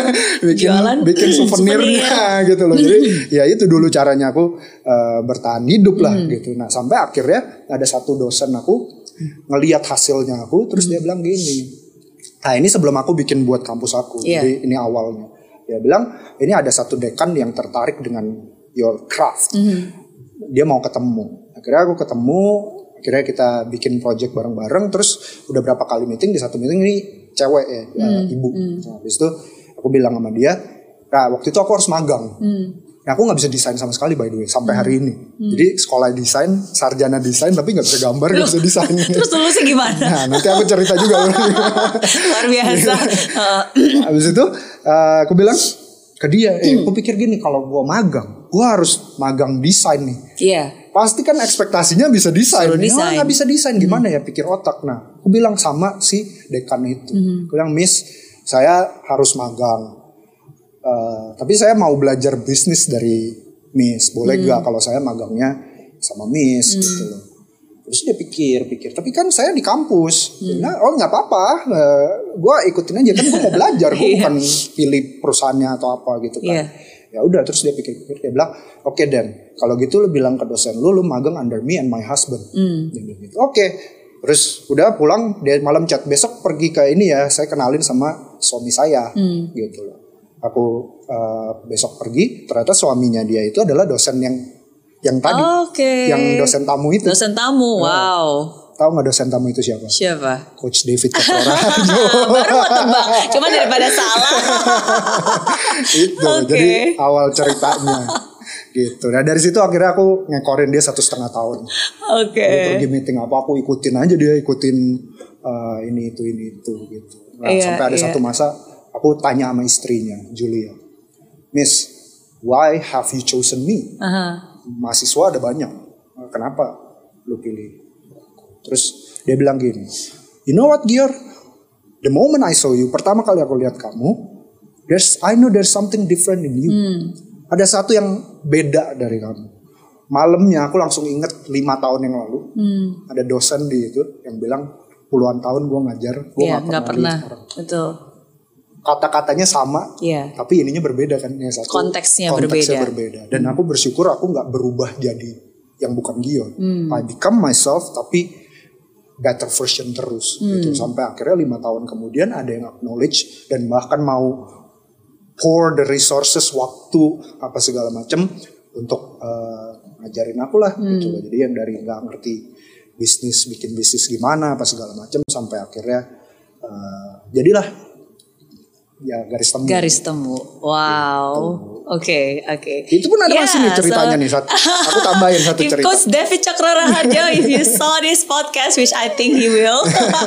bikin souvenirnya gitu loh. Jadi ya itu dulu caranya aku bertahan hidup lah gitu. Nah sampai akhirnya ada satu dosen aku ngelihat hasilnya aku, terus dia bilang gini, nah ini sebelum aku bikin buat kampus aku, jadi ini awalnya. Dia bilang ini ada satu dekan yang tertarik dengan your craft, dia mau ketemu. Akhirnya aku ketemu. Akhirnya kita bikin project bareng-bareng. Terus udah berapa kali meeting. Di satu meeting ini cewek ya, ibu. Nah, habis itu aku bilang sama dia, nah waktu itu aku harus magang. Nah aku gak bisa desain sama sekali by the way sampai hari ini. Jadi sekolah desain, sarjana desain, tapi gak bisa gambar, gak bisa desain. Terus lulusnya gimana? Nah nanti aku cerita juga. Luar biasa. Habis itu aku bilang ke dia, aku pikir gini, kalau gue magang, gue harus magang desain nih. Iya. Pasti kan ekspektasinya bisa desain. Nggak bisa desain, gimana ya, pikir otak. Nah aku bilang sama si dekan itu, aku bilang, Miss, saya harus magang, tapi saya mau belajar bisnis dari Miss, boleh gak kalau saya magangnya sama Miss gitu loh. Terus dia pikir, tapi kan saya di kampus. Nah, oh nggak apa-apa, gue ikutin aja, kan gue mau belajar, gue bukan pilih perusahaannya atau apa gitu kan. Ya udah, terus dia pikir, dia bilang, oke Dan, kalau gitu lu bilang ke dosen lu magang under me and my husband. Gitu. Oke. Terus udah pulang, dia malam chat, besok pergi ke ini ya, saya kenalin sama suami saya, gitu loh. Aku besok pergi, ternyata suaminya dia itu adalah dosen yang tadi, yang dosen tamu itu. Dosen tamu, wow. Tahu nggak dosen tamu itu siapa? Siapa? Coach David Cakrora. Baru mau tebak, cuma daripada salah. Itu, jadi awal ceritanya. Gitu. Nah dari situ akhirnya aku ngekorin dia 1,5 tahun. Dia pergi meeting apa, aku ikutin aja, dia ikutin ini itu gitu. Nah sampai ada satu masa aku tanya sama istrinya, Julia, Miss, why have you chosen me? Mahasiswa ada banyak, kenapa lu pilih? Terus dia bilang gini, you know what Gior, the moment I saw you, pertama kali aku lihat kamu, I know there's something different in you. Ada satu yang beda dari kamu. Malamnya aku langsung inget 5 tahun yang lalu, ada dosen di itu yang bilang puluhan tahun gue ngajar, gue gak pernah. Betul. Kata-katanya sama, tapi ininya berbeda kan. Yang satu, konteksnya berbeda. Dan aku bersyukur aku gak berubah jadi yang bukan Gior. I become myself, tapi better version terus. Gitu. Sampai akhirnya 5 tahun kemudian ada yang acknowledge dan bahkan mau pour the resources, waktu, apa segala macam untuk ngajarin aku lah. Gitu. Jadi yang dari gak ngerti bisnis, bikin bisnis gimana, apa segala macam, sampai akhirnya jadilah ya Garis Temu. Wow. Oke. Itu pun ada masih nih ceritanya nih. Aku tambahin satu cerita. Coach David Cakrora Harjo, if you saw this podcast, which I think he will.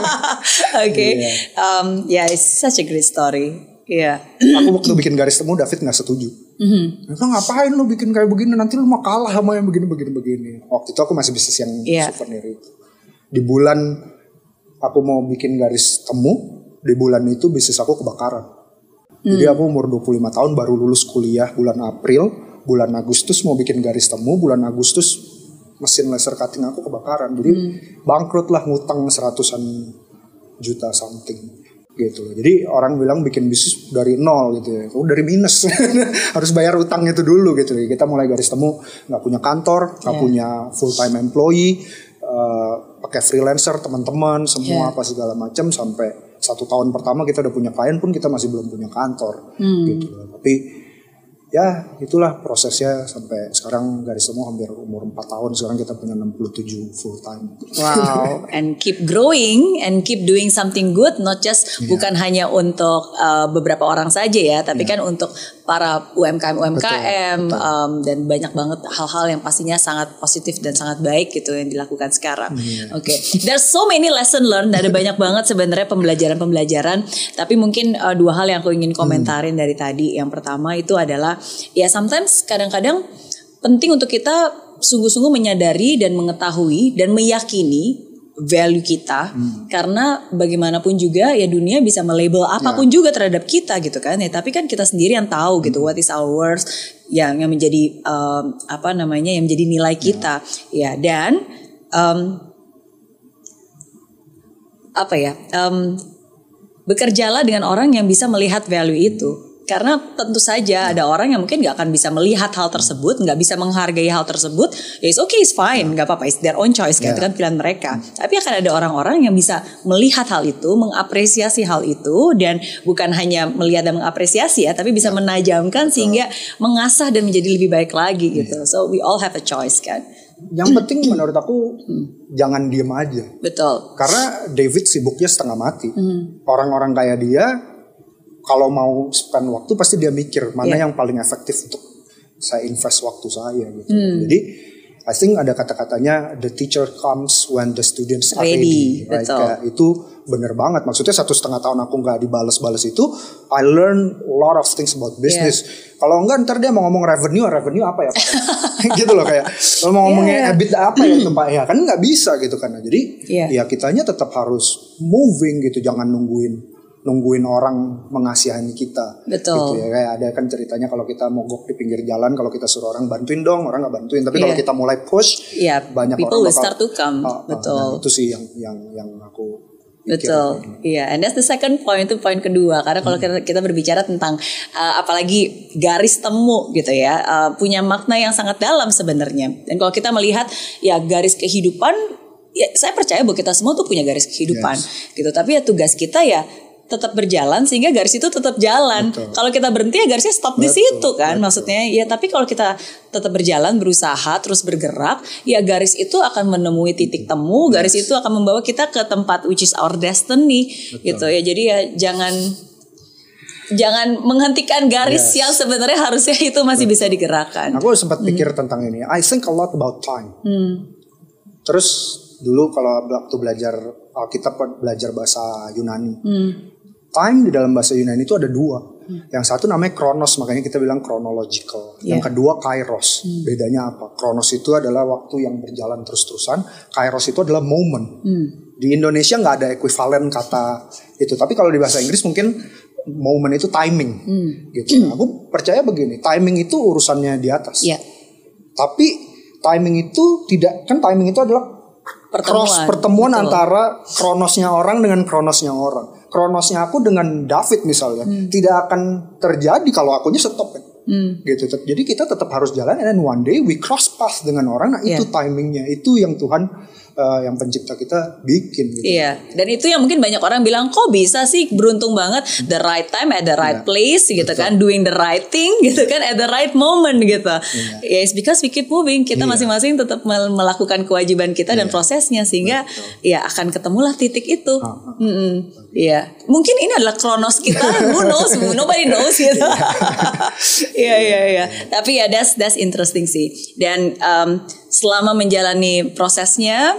It's such a great story. Aku waktu bikin Garis Temu, David gak setuju. Nah, ngapain lu bikin kayak begini, nanti lu mau kalah sama yang begini. Waktu itu aku masih bisnis yang souvenir itu. Di bulan aku mau bikin Garis Temu, di bulan itu bisnis aku kebakaran. Jadi aku umur 25 tahun baru lulus kuliah bulan April, bulan Agustus mau bikin Garis Temu, bulan Agustus mesin laser cutting aku kebakaran. Jadi bangkrut lah, ngutang 100-an juta something gitu loh. Jadi orang bilang bikin bisnis dari nol gitu ya. Dari minus. Harus bayar utang itu dulu gitu ya. Kita mulai Garis Temu gak punya kantor, gak punya full time employee, pakai freelancer, teman-teman semua apa segala macam. Sampai 1 tahun pertama kita udah punya klien pun kita masih belum punya kantor gitu. Tapi ya itulah prosesnya sampai sekarang Garis Temu hampir umur 4 tahun. Sekarang kita punya 67 full time. Wow. And keep growing and keep doing something good, not just bukan hanya untuk beberapa orang saja ya, tapi kan untuk para UMKM dan banyak banget hal-hal yang pastinya sangat positif dan sangat baik gitu yang dilakukan sekarang. There's so many lesson learned, ada banyak banget sebenarnya pembelajaran, tapi mungkin 2 hal yang aku ingin komentarin dari tadi. Yang pertama itu adalah ya sometimes kadang-kadang penting untuk kita sungguh-sungguh menyadari dan mengetahui dan meyakini value kita, karena bagaimanapun juga ya dunia bisa melabel apapun juga terhadap kita gitu kan ya, tapi kan kita sendiri yang tahu gitu what is our worth, yang menjadi yang menjadi nilai kita ya. Dan bekerjalah dengan orang yang bisa melihat value itu. Karena tentu saja ada orang yang mungkin gak akan bisa melihat hal tersebut, gak bisa menghargai hal tersebut. Ya it's okay, it's fine, gak apa-apa, it's their own choice, itu kan pilihan mereka. Tapi akan ada orang-orang yang bisa melihat hal itu, mengapresiasi hal itu, dan bukan hanya melihat dan mengapresiasi ya, tapi bisa menajamkan sehingga mengasah dan menjadi lebih baik lagi gitu. So we all have a choice kan. Yang penting menurut aku jangan diem aja. Betul. Karena David sibuknya setengah mati. Orang-orang kayak dia kalau mau spend waktu pasti dia mikir mana yang paling efektif untuk saya invest waktu saya gitu. Jadi I think ada kata-katanya the teacher comes when the students are ready. Right? Kayak itu bener banget. Maksudnya 1,5 tahun aku nggak dibales-bales itu, I learn a lot of things about business. Kalau enggak ntar dia mau ngomong revenue apa ya Pak? Gitu loh, kayak kalau mau ngomongnya EBITDA apa ya itu Pak ya, kan nggak bisa gitu kan. Jadi ya kitanya tetap harus moving gitu, jangan nungguin orang mengasihani kita. Betul. Gitu ya, kayak ada kan ceritanya kalau kita mogok di pinggir jalan, kalau kita suruh orang bantuin dong, orang nggak bantuin. Tapi kalau kita mulai push, banyak people orang will start to come. Betul. Nah, itu sih yang aku pikir. Betul. Iya, and that's the second point, itu poin kedua. Karena kalau kita berbicara tentang apalagi garis temu gitu ya, punya makna yang sangat dalam sebenarnya. Dan kalau kita melihat ya garis kehidupan, ya saya percaya bahwa kita semua tuh punya garis kehidupan gitu. Tapi ya tugas kita ya tetap berjalan sehingga garis itu tetap jalan. Kalau kita berhenti ya garisnya stop di situ kan. Maksudnya ya, tapi kalau kita tetap berjalan, berusaha, terus bergerak, ya garis itu akan menemui titik temu. Garis itu akan membawa kita ke tempat which is our destiny. Gitu ya. Jadi ya jangan menghentikan garis yang sebenarnya harusnya itu masih bisa digerakkan. Aku sempat pikir tentang ini. I think a lot about time. Terus dulu kalau waktu belajar Alkitab, belajar bahasa Yunani. Time di dalam bahasa Yunani itu ada dua. Yang satu namanya kronos, makanya kita bilang chronological. Yang kedua kairos. Bedanya apa? Kronos itu adalah waktu yang berjalan terus-terusan. Kairos itu adalah moment. Di Indonesia nggak ada ekuivalen kata itu. Tapi kalau di bahasa Inggris mungkin moment itu timing. Gitu. Nah, aku percaya begini, timing itu urusannya di atas. Tapi timing itu tidak, kan timing itu adalah pertemuan antara kronosnya orang dengan kronosnya orang. Kronosnya aku dengan David misalnya tidak akan terjadi kalau akunya stop kan. Gitu. Jadi kita tetap harus jalan, and then one day we cross path dengan orang. Nah itu timingnya, itu yang Tuhan yang pencipta kita bikin gitu. Iya, dan itu yang mungkin banyak orang bilang, kok bisa sih beruntung banget, the right time at the right place gitu kan, doing the right thing gitu kan at the right moment gitu. It's because we keep moving, kita masing-masing tetap melakukan kewajiban kita dan prosesnya, sehingga ya akan ketemulah titik itu. Iya, mungkin ini adalah kronos kita, who knows, nobody knows gitu. Iya. Tapi ya that's interesting sih. Dan selama menjalani prosesnya,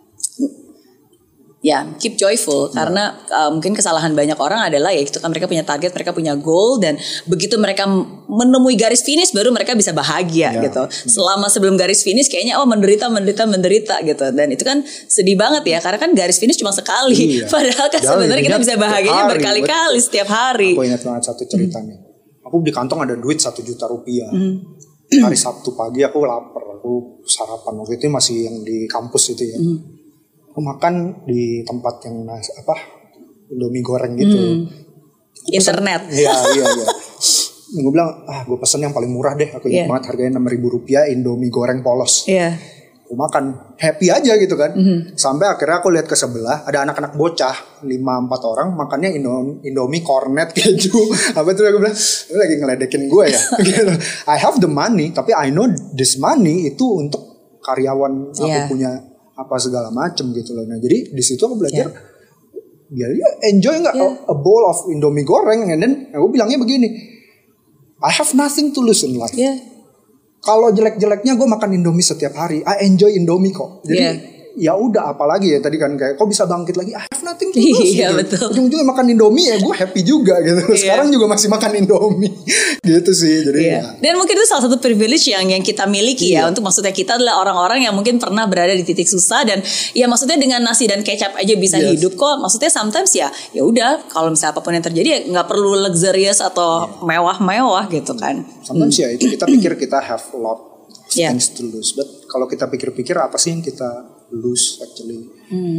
ya keep joyful, karena mungkin kesalahan banyak orang adalah ya itu kan, mereka punya target, mereka punya goal, dan begitu mereka menemui garis finish baru mereka bisa bahagia gitu. Selama sebelum garis finish kayaknya menderita gitu, dan itu kan sedih banget ya, karena kan garis finish cuma sekali. Padahal kan sebenarnya kita bisa bahagianya berkali-kali setiap hari. Aku ingat banget satu ceritanya. Aku di kantong ada duit 1 juta rupiah. Hari Sabtu pagi aku lapar, aku sarapan, waktu itu masih yang di kampus itu ya. Aku makan di tempat yang Indomie goreng gitu. Internet. Iya. Gue bilang, gue pesen yang paling murah deh. Aku ingat banget harganya 6.000 rupiah, Indomie goreng polos. Aku makan, happy aja gitu kan. Sampai akhirnya aku lihat ke sebelah, ada anak-anak bocah 5-4 orang makannya Indomie kornet keju. Apa itu, aku bilang, lu lagi ngeledekin gue ya. Gitu. I have the money, tapi I know this money itu untuk karyawan aku punya apa segala macem gitu loh. Nah jadi di situ aku belajar, dia enjoy nggak a bowl of Indomie goreng, and then aku bilangnya begini, I have nothing to lose in life. Kalau jelek-jeleknya gue makan Indomie setiap hari, I enjoy Indomie kok. Jadi ya udah, apalagi ya tadi kan kayak kok bisa bangkit lagi, I have nothing to lose. Betul. Ujung-ujungnya makan Indomie ya gue happy juga gitu. Sekarang juga masih makan Indomie gitu sih. Jadi dan mungkin itu salah satu privilege yang kita miliki ya, untuk maksudnya kita adalah orang-orang yang mungkin pernah berada di titik susah, dan ya maksudnya dengan nasi dan kecap aja bisa hidup kok. Maksudnya sometimes ya udah, kalau misalnya apapun yang terjadi ya nggak perlu luxurious atau mewah-mewah gitu kan. Sometimes ya itu kita pikir kita have a lot things to lose, but kalau kita pikir-pikir apa sih yang kita lose actually?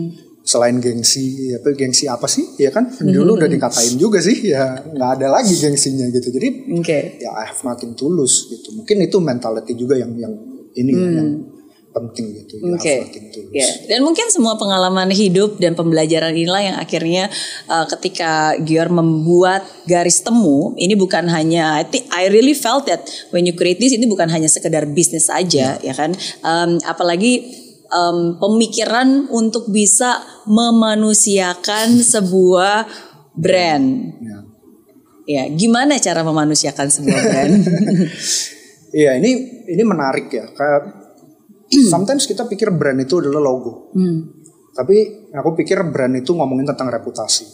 selain gengsi apa sih ya kan dulu udah dikatain juga sih ya nggak ada lagi gengsinya gitu. Jadi ya I have nothing to lose gitu. Mungkin itu mentality juga yang ini yang penting gitu. Dan mungkin semua pengalaman hidup dan pembelajaran inilah yang akhirnya ketika Gior membuat Garis Temu ini bukan hanya I really felt that when you create this ini bukan hanya sekedar bisnis aja ya kan, apalagi pemikiran untuk bisa memanusiakan sebuah brand. Ya, gimana cara memanusiakan sebuah brand? Iya, ini menarik ya. Kayak sometimes kita pikir brand itu adalah logo. Tapi aku pikir brand itu ngomongin tentang reputasi.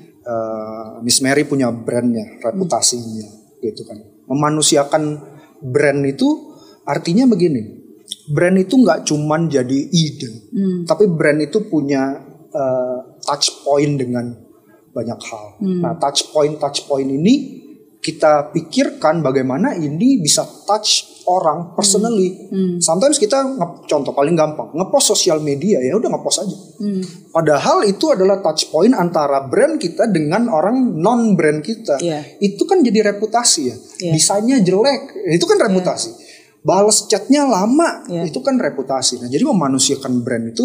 Miss Mary punya brandnya, reputasinya gitu kan. Memanusiakan brand itu artinya begini. Brand itu nggak cuman jadi ide, tapi brand itu punya touch point dengan banyak hal. Nah, touch point ini kita pikirkan bagaimana ini bisa touch orang personally. Sometimes kita contoh paling gampang ngepost sosial media ya udah ngepost aja. Padahal itu adalah touch point antara brand kita dengan orang non brand kita. Itu kan jadi reputasi ya. Desainnya jelek, itu kan reputasi. Balas chatnya lama, itu kan reputasi. Nah, jadi memanusiakan brand itu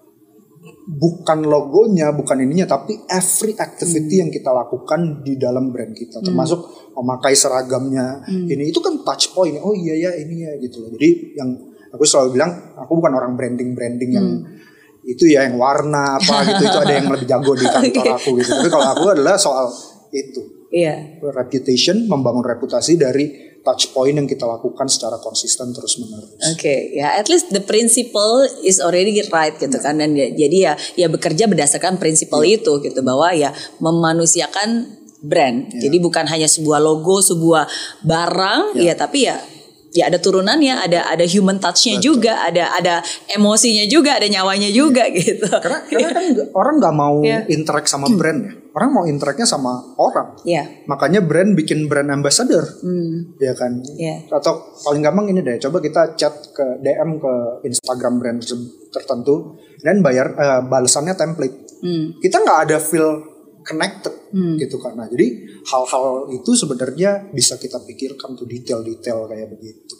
bukan logonya, bukan ininya, tapi every activity yang kita lakukan di dalam brand kita, termasuk memakai seragamnya. Ini itu kan touch point. Oh iya ya, ini ya gitu loh. Jadi yang aku selalu bilang, aku bukan orang branding yang itu ya yang warna apa gitu, itu ada yang lebih jago di kantor aku gitu. Tapi kalau aku adalah soal itu. Reputation, membangun reputasi dari touch point yang kita lakukan secara konsisten terus menerus. Ya at least the principle is already right gitu kan, dan jadi ya bekerja berdasarkan prinsipal itu gitu, bahwa ya memanusiakan brand. Jadi bukan hanya sebuah logo, sebuah barang ya, tapi ya ada turunannya, ada human touch-nya juga, ada emosinya juga, ada nyawanya juga gitu. Karena kan orang nggak mau interact sama brand ya. Orang mau interact-nya sama orang. Makanya brand bikin brand ambassador. Ya kan? Atau paling gampang ini deh, coba kita chat ke DM ke Instagram brand tertentu dan bayar balasannya template. Kita nggak ada feel connected gitu kan. Nah, jadi hal-hal itu sebenarnya bisa kita pikirkan tuh detail-detail kayak begitu.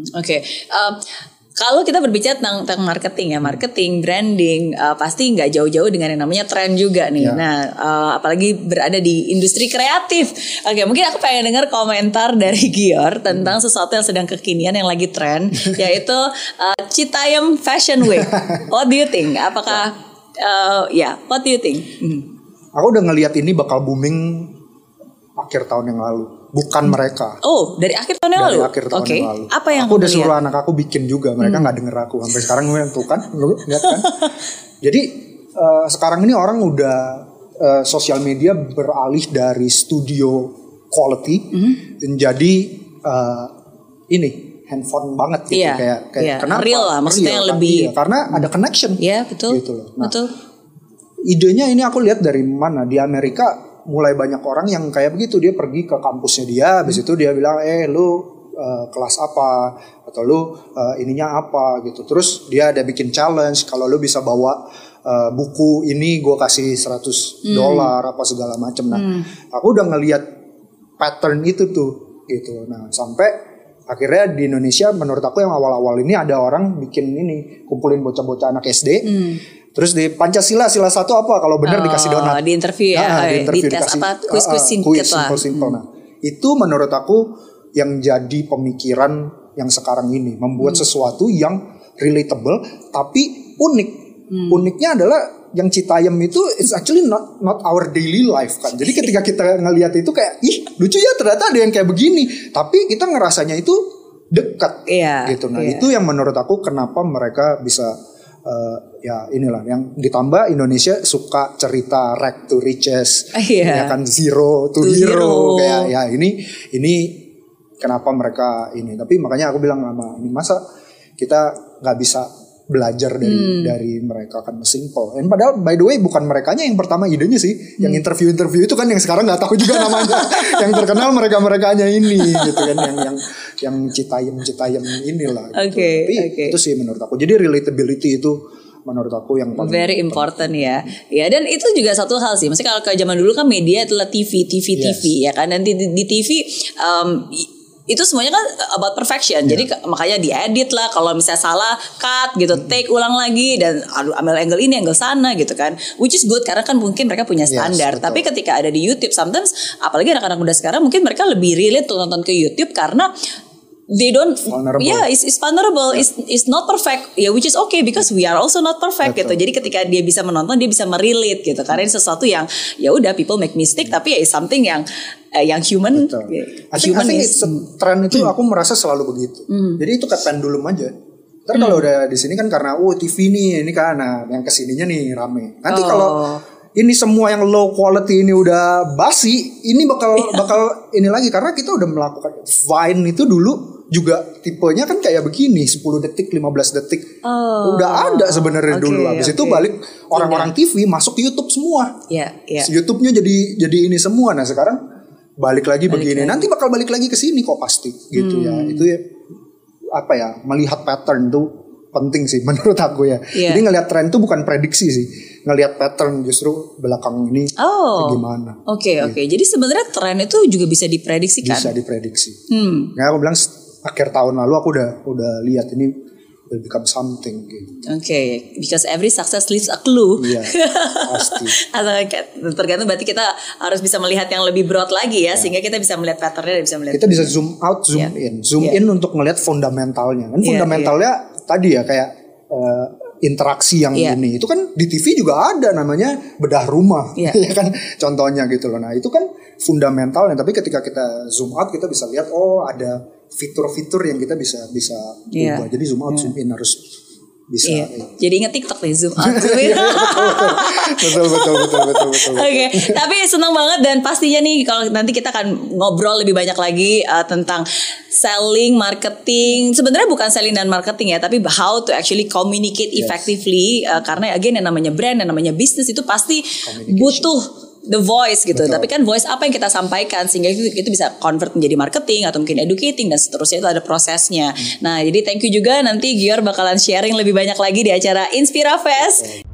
Kalau kita berbicara tentang marketing ya, marketing, branding, pasti nggak jauh-jauh dengan yang namanya tren juga nih. Nah, apalagi berada di industri kreatif. Mungkin aku pengen dengar komentar dari Gior tentang sesuatu yang sedang kekinian yang lagi tren, yaitu Citayam Fashion Week. What do you think? Apakah, what do you think? Aku udah ngelihat ini bakal booming akhir tahun yang lalu, bukan mereka. Oh, dari akhir tahun yang lalu? Dari akhir tahun yang lalu. Apa yang aku udah suruh anak aku bikin juga, mereka nggak denger aku sampai sekarang. Tuh kan, lu lihat kan. Jadi sekarang ini orang udah sosial media beralih dari studio quality menjadi ini handphone banget gitu, kayak kenapa? Real lah, maksudnya yang lebih karena ada connection. Betul. Gitu loh. Nah, idenya ini aku lihat dari mana, di Amerika mulai banyak orang yang kayak begitu, dia pergi ke kampusnya dia, habis itu dia bilang lu kelas apa atau lu ininya apa gitu, terus dia ada bikin challenge, kalau lu bisa bawa buku ini gue kasih $100 apa segala macam. Nah, aku udah ngelihat pattern itu tuh gitu. Nah, sampai akhirnya di Indonesia menurut aku yang awal-awal ini ada orang bikin ini, kumpulin bocah-bocah anak SD. Terus di Pancasila sila satu apa kalau benar dikasih donat. Di interview di tes dikasih, apa kuis simple. Nah, itu menurut aku yang jadi pemikiran yang sekarang ini, membuat sesuatu yang relatable tapi unik. Uniknya adalah yang Citayam itu it's actually not our daily life kan. Jadi ketika kita ngelihat itu kayak lucu ya, ternyata ada yang kayak begini, tapi kita ngerasanya itu dekat gitu. Nah, itu yang menurut aku kenapa mereka bisa inilah yang ditambah Indonesia suka cerita rag to riches, ya kan, zero to hero. Kayak ya ini kenapa mereka ini. Tapi makanya aku bilang sama ini, masa kita nggak bisa belajar dari mereka, kan simple. Dan padahal by the way bukan merekanya yang pertama idenya sih, yang interview itu kan yang sekarang nggak tahu juga namanya. Yang terkenal merekanya ini gitu kan, yang Citayam inilah. Gitu. Tapi itu sih menurut aku. Jadi relatability itu menurut aku yang paling very important ya. Ya, dan itu juga satu hal sih. Maksudnya kalau ke zaman dulu kan media adalah TV ya kan. Dan di TV itu semuanya kan about perfection. Jadi makanya diedit lah, kalau misalnya salah cut gitu, take ulang lagi dan ambil angle ini, angle sana gitu kan. Which is good karena kan mungkin mereka punya standar. Tapi ketika ada di YouTube sometimes, apalagi anak-anak muda sekarang mungkin mereka lebih relate tuh nonton ke YouTube karena they don't vulnerable. It's vulnerable. It's not perfect. Which is okay because we are also not perfect gitu. Jadi ketika dia bisa menonton, dia bisa merelate gitu. Karena ini sesuatu yang ya udah people make mistake tapi ya something yang human. I think tren itu aku merasa selalu begitu. Jadi itu kayak pendulum aja. Ntar kalau udah di sini kan karena TV nih, ini kan yang kesininya nih rame. Nanti kalau ini semua yang low quality ini udah basi, ini bakal ini lagi karena kita udah melakukan Vine itu dulu juga tipenya kan kayak begini 10 detik 15 detik udah ada sebenarnya dulu. Habis itu balik orang-orang TV masuk ke YouTube semua. YouTube-nya jadi ini semua. Nah sekarang balik lagi begini. Nanti bakal balik lagi ke sini kok pasti gitu ya. Itu ya melihat pattern tuh penting sih menurut aku ya. Jadi ngelihat tren tuh bukan prediksi sih. Ngelihat pattern justru belakang ini gimana. Oke. Jadi sebenarnya tren itu juga bisa diprediksikan. Bisa diprediksi. Ya aku bilang akhir tahun lalu aku udah lihat ini will become something gitu. Because every success leaves a clue. Iya, pasti. Tergantung berarti kita harus bisa melihat yang lebih broad lagi ya, sehingga kita bisa melihat patternnya, bisa melihat. Kita bisa zoom out, zoom in untuk melihat fundamentalnya. Kan fundamentalnya tadi ya kayak interaksi yang ini. Itu kan di TV juga ada namanya bedah rumah, ya kan contohnya gitu loh. Nah itu kan fundamentalnya. Tapi ketika kita zoom out kita bisa lihat ada fitur-fitur yang kita bisa ubah. Jadi zoom out, zoom in harus bisa. Jadi ingat TikTok nih, zoom out, zoom in. Betul. Oke, tapi senang banget dan pastinya nih kalau nanti kita akan ngobrol lebih banyak lagi tentang selling, marketing. Sebenarnya bukan selling dan marketing ya, tapi how to actually communicate effectively. Karena again yang namanya brand, yang namanya bisnis itu pasti butuh the voice gitu. Tapi kan voice apa yang kita sampaikan sehingga itu bisa convert menjadi marketing atau mungkin educating dan seterusnya, itu ada prosesnya. Nah, jadi thank you juga, nanti Gior bakalan sharing lebih banyak lagi di acara Inspira Fest.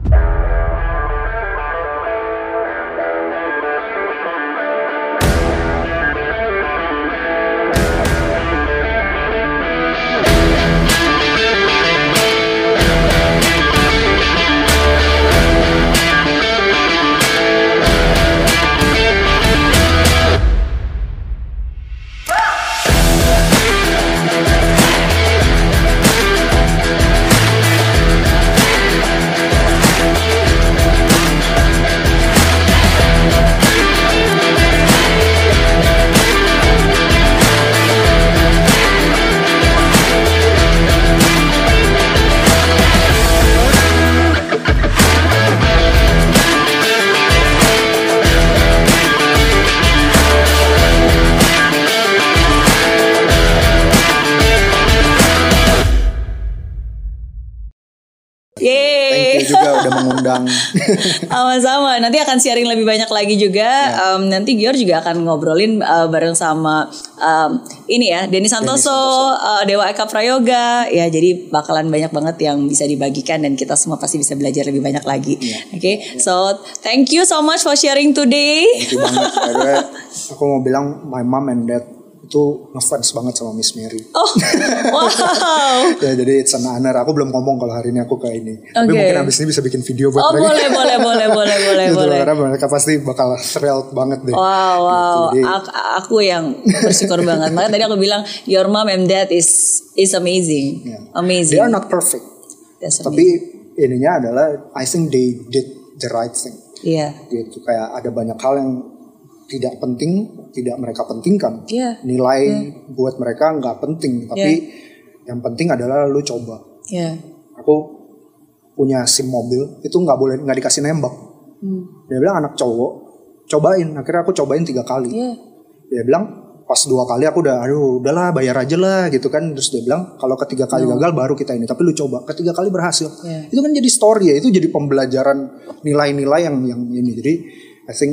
Thank you juga udah mengundang. Sama-sama. Nanti akan sharing lebih banyak lagi juga. Nanti Gior juga akan ngobrolin bareng sama ini ya, Denny Santoso, Dewa Eka Prayoga. Ya, jadi bakalan banyak banget yang bisa dibagikan dan kita semua pasti bisa belajar lebih banyak lagi. So thank you so much for sharing today. Thank you banget. Aku mau bilang my mom and dad itu ngefans banget sama Miss Mary. Oh, wow. Ya, jadi it's an honor. Aku belum ngomong kalau hari ini aku kayak ini. Tapi mungkin abis ini bisa bikin video buat mereka. Boleh. Karena mereka pasti bakal thrilled banget deh. Wow. Gitu. Jadi, aku yang bersyukur banget. Makanya tadi aku bilang your mom and dad is amazing. Amazing. They are not perfect. Tapi ininya adalah I think they did the right thing. Gitu, kayak ada banyak hal yang tidak penting, tidak mereka pentingkan. Nilai buat mereka nggak penting, tapi yang penting adalah lu coba. Aku punya SIM mobil, itu nggak dikasih nembak. Dia bilang anak cowok, cobain. Akhirnya aku cobain 3 kali. Dia bilang pas 2 kali aku udahlah bayar aja lah gitu kan. Terus dia bilang kalau ketiga kali gagal baru kita ini, tapi lu coba. Ketiga kali berhasil. Itu kan jadi story ya, itu jadi pembelajaran nilai-nilai yang ini. Jadi I think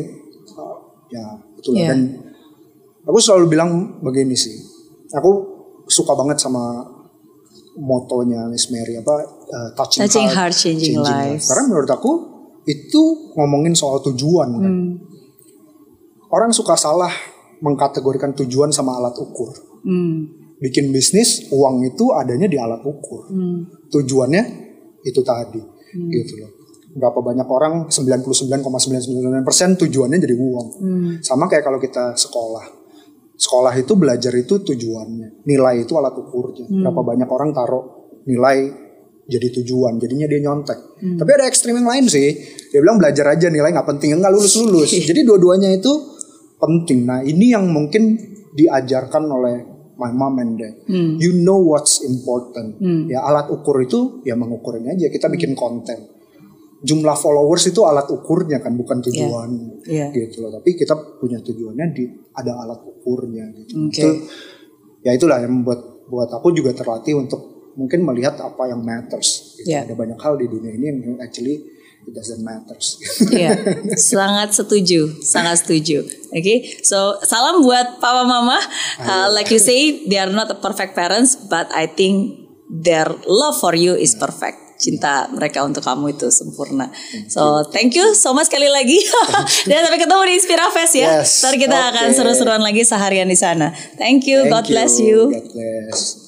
ya itulah. Dan aku selalu bilang begini sih, aku suka banget sama motonya Miss Mary touching heart, changing lives. Karena menurut aku itu ngomongin soal tujuan kan. Orang suka salah mengkategorikan tujuan sama alat ukur. Bikin bisnis, uang itu adanya di alat ukur. Tujuannya itu tadi, gitu loh. Berapa banyak orang 99,99% tujuannya jadi uang. Sama kayak kalau kita sekolah itu belajar itu tujuannya, nilai itu alat ukurnya. Berapa banyak orang taruh nilai jadi tujuan, jadinya dia nyontek. Tapi ada ekstrim yang lain sih, dia bilang belajar aja, nilai nggak penting, nggak lulus. Jadi dua-duanya itu penting. Nah ini yang mungkin diajarkan oleh my mom and dad. You know what's important. Ya alat ukur itu ya mengukurin aja. Kita bikin konten. Jumlah followers itu alat ukurnya kan, bukan tujuannya. Gitu loh. Tapi kita punya tujuannya ada alat ukurnya. Gitu. Itu, ya itulah yang buat aku juga terlatih untuk mungkin melihat apa yang matters. Gitu. Ada banyak hal di dunia ini yang actually it doesn't matters. Sangat setuju. Okay, so salam buat papa mama. Like you say, they are not a perfect parents, but I think their love for you is perfect. Cinta mereka untuk kamu itu sempurna. So thank you so much sekali lagi. Dan sampai ketemu di Inspira Fest ya. Ntar kita akan seru-seruan lagi seharian di sana. Thank you. God bless you. God bless.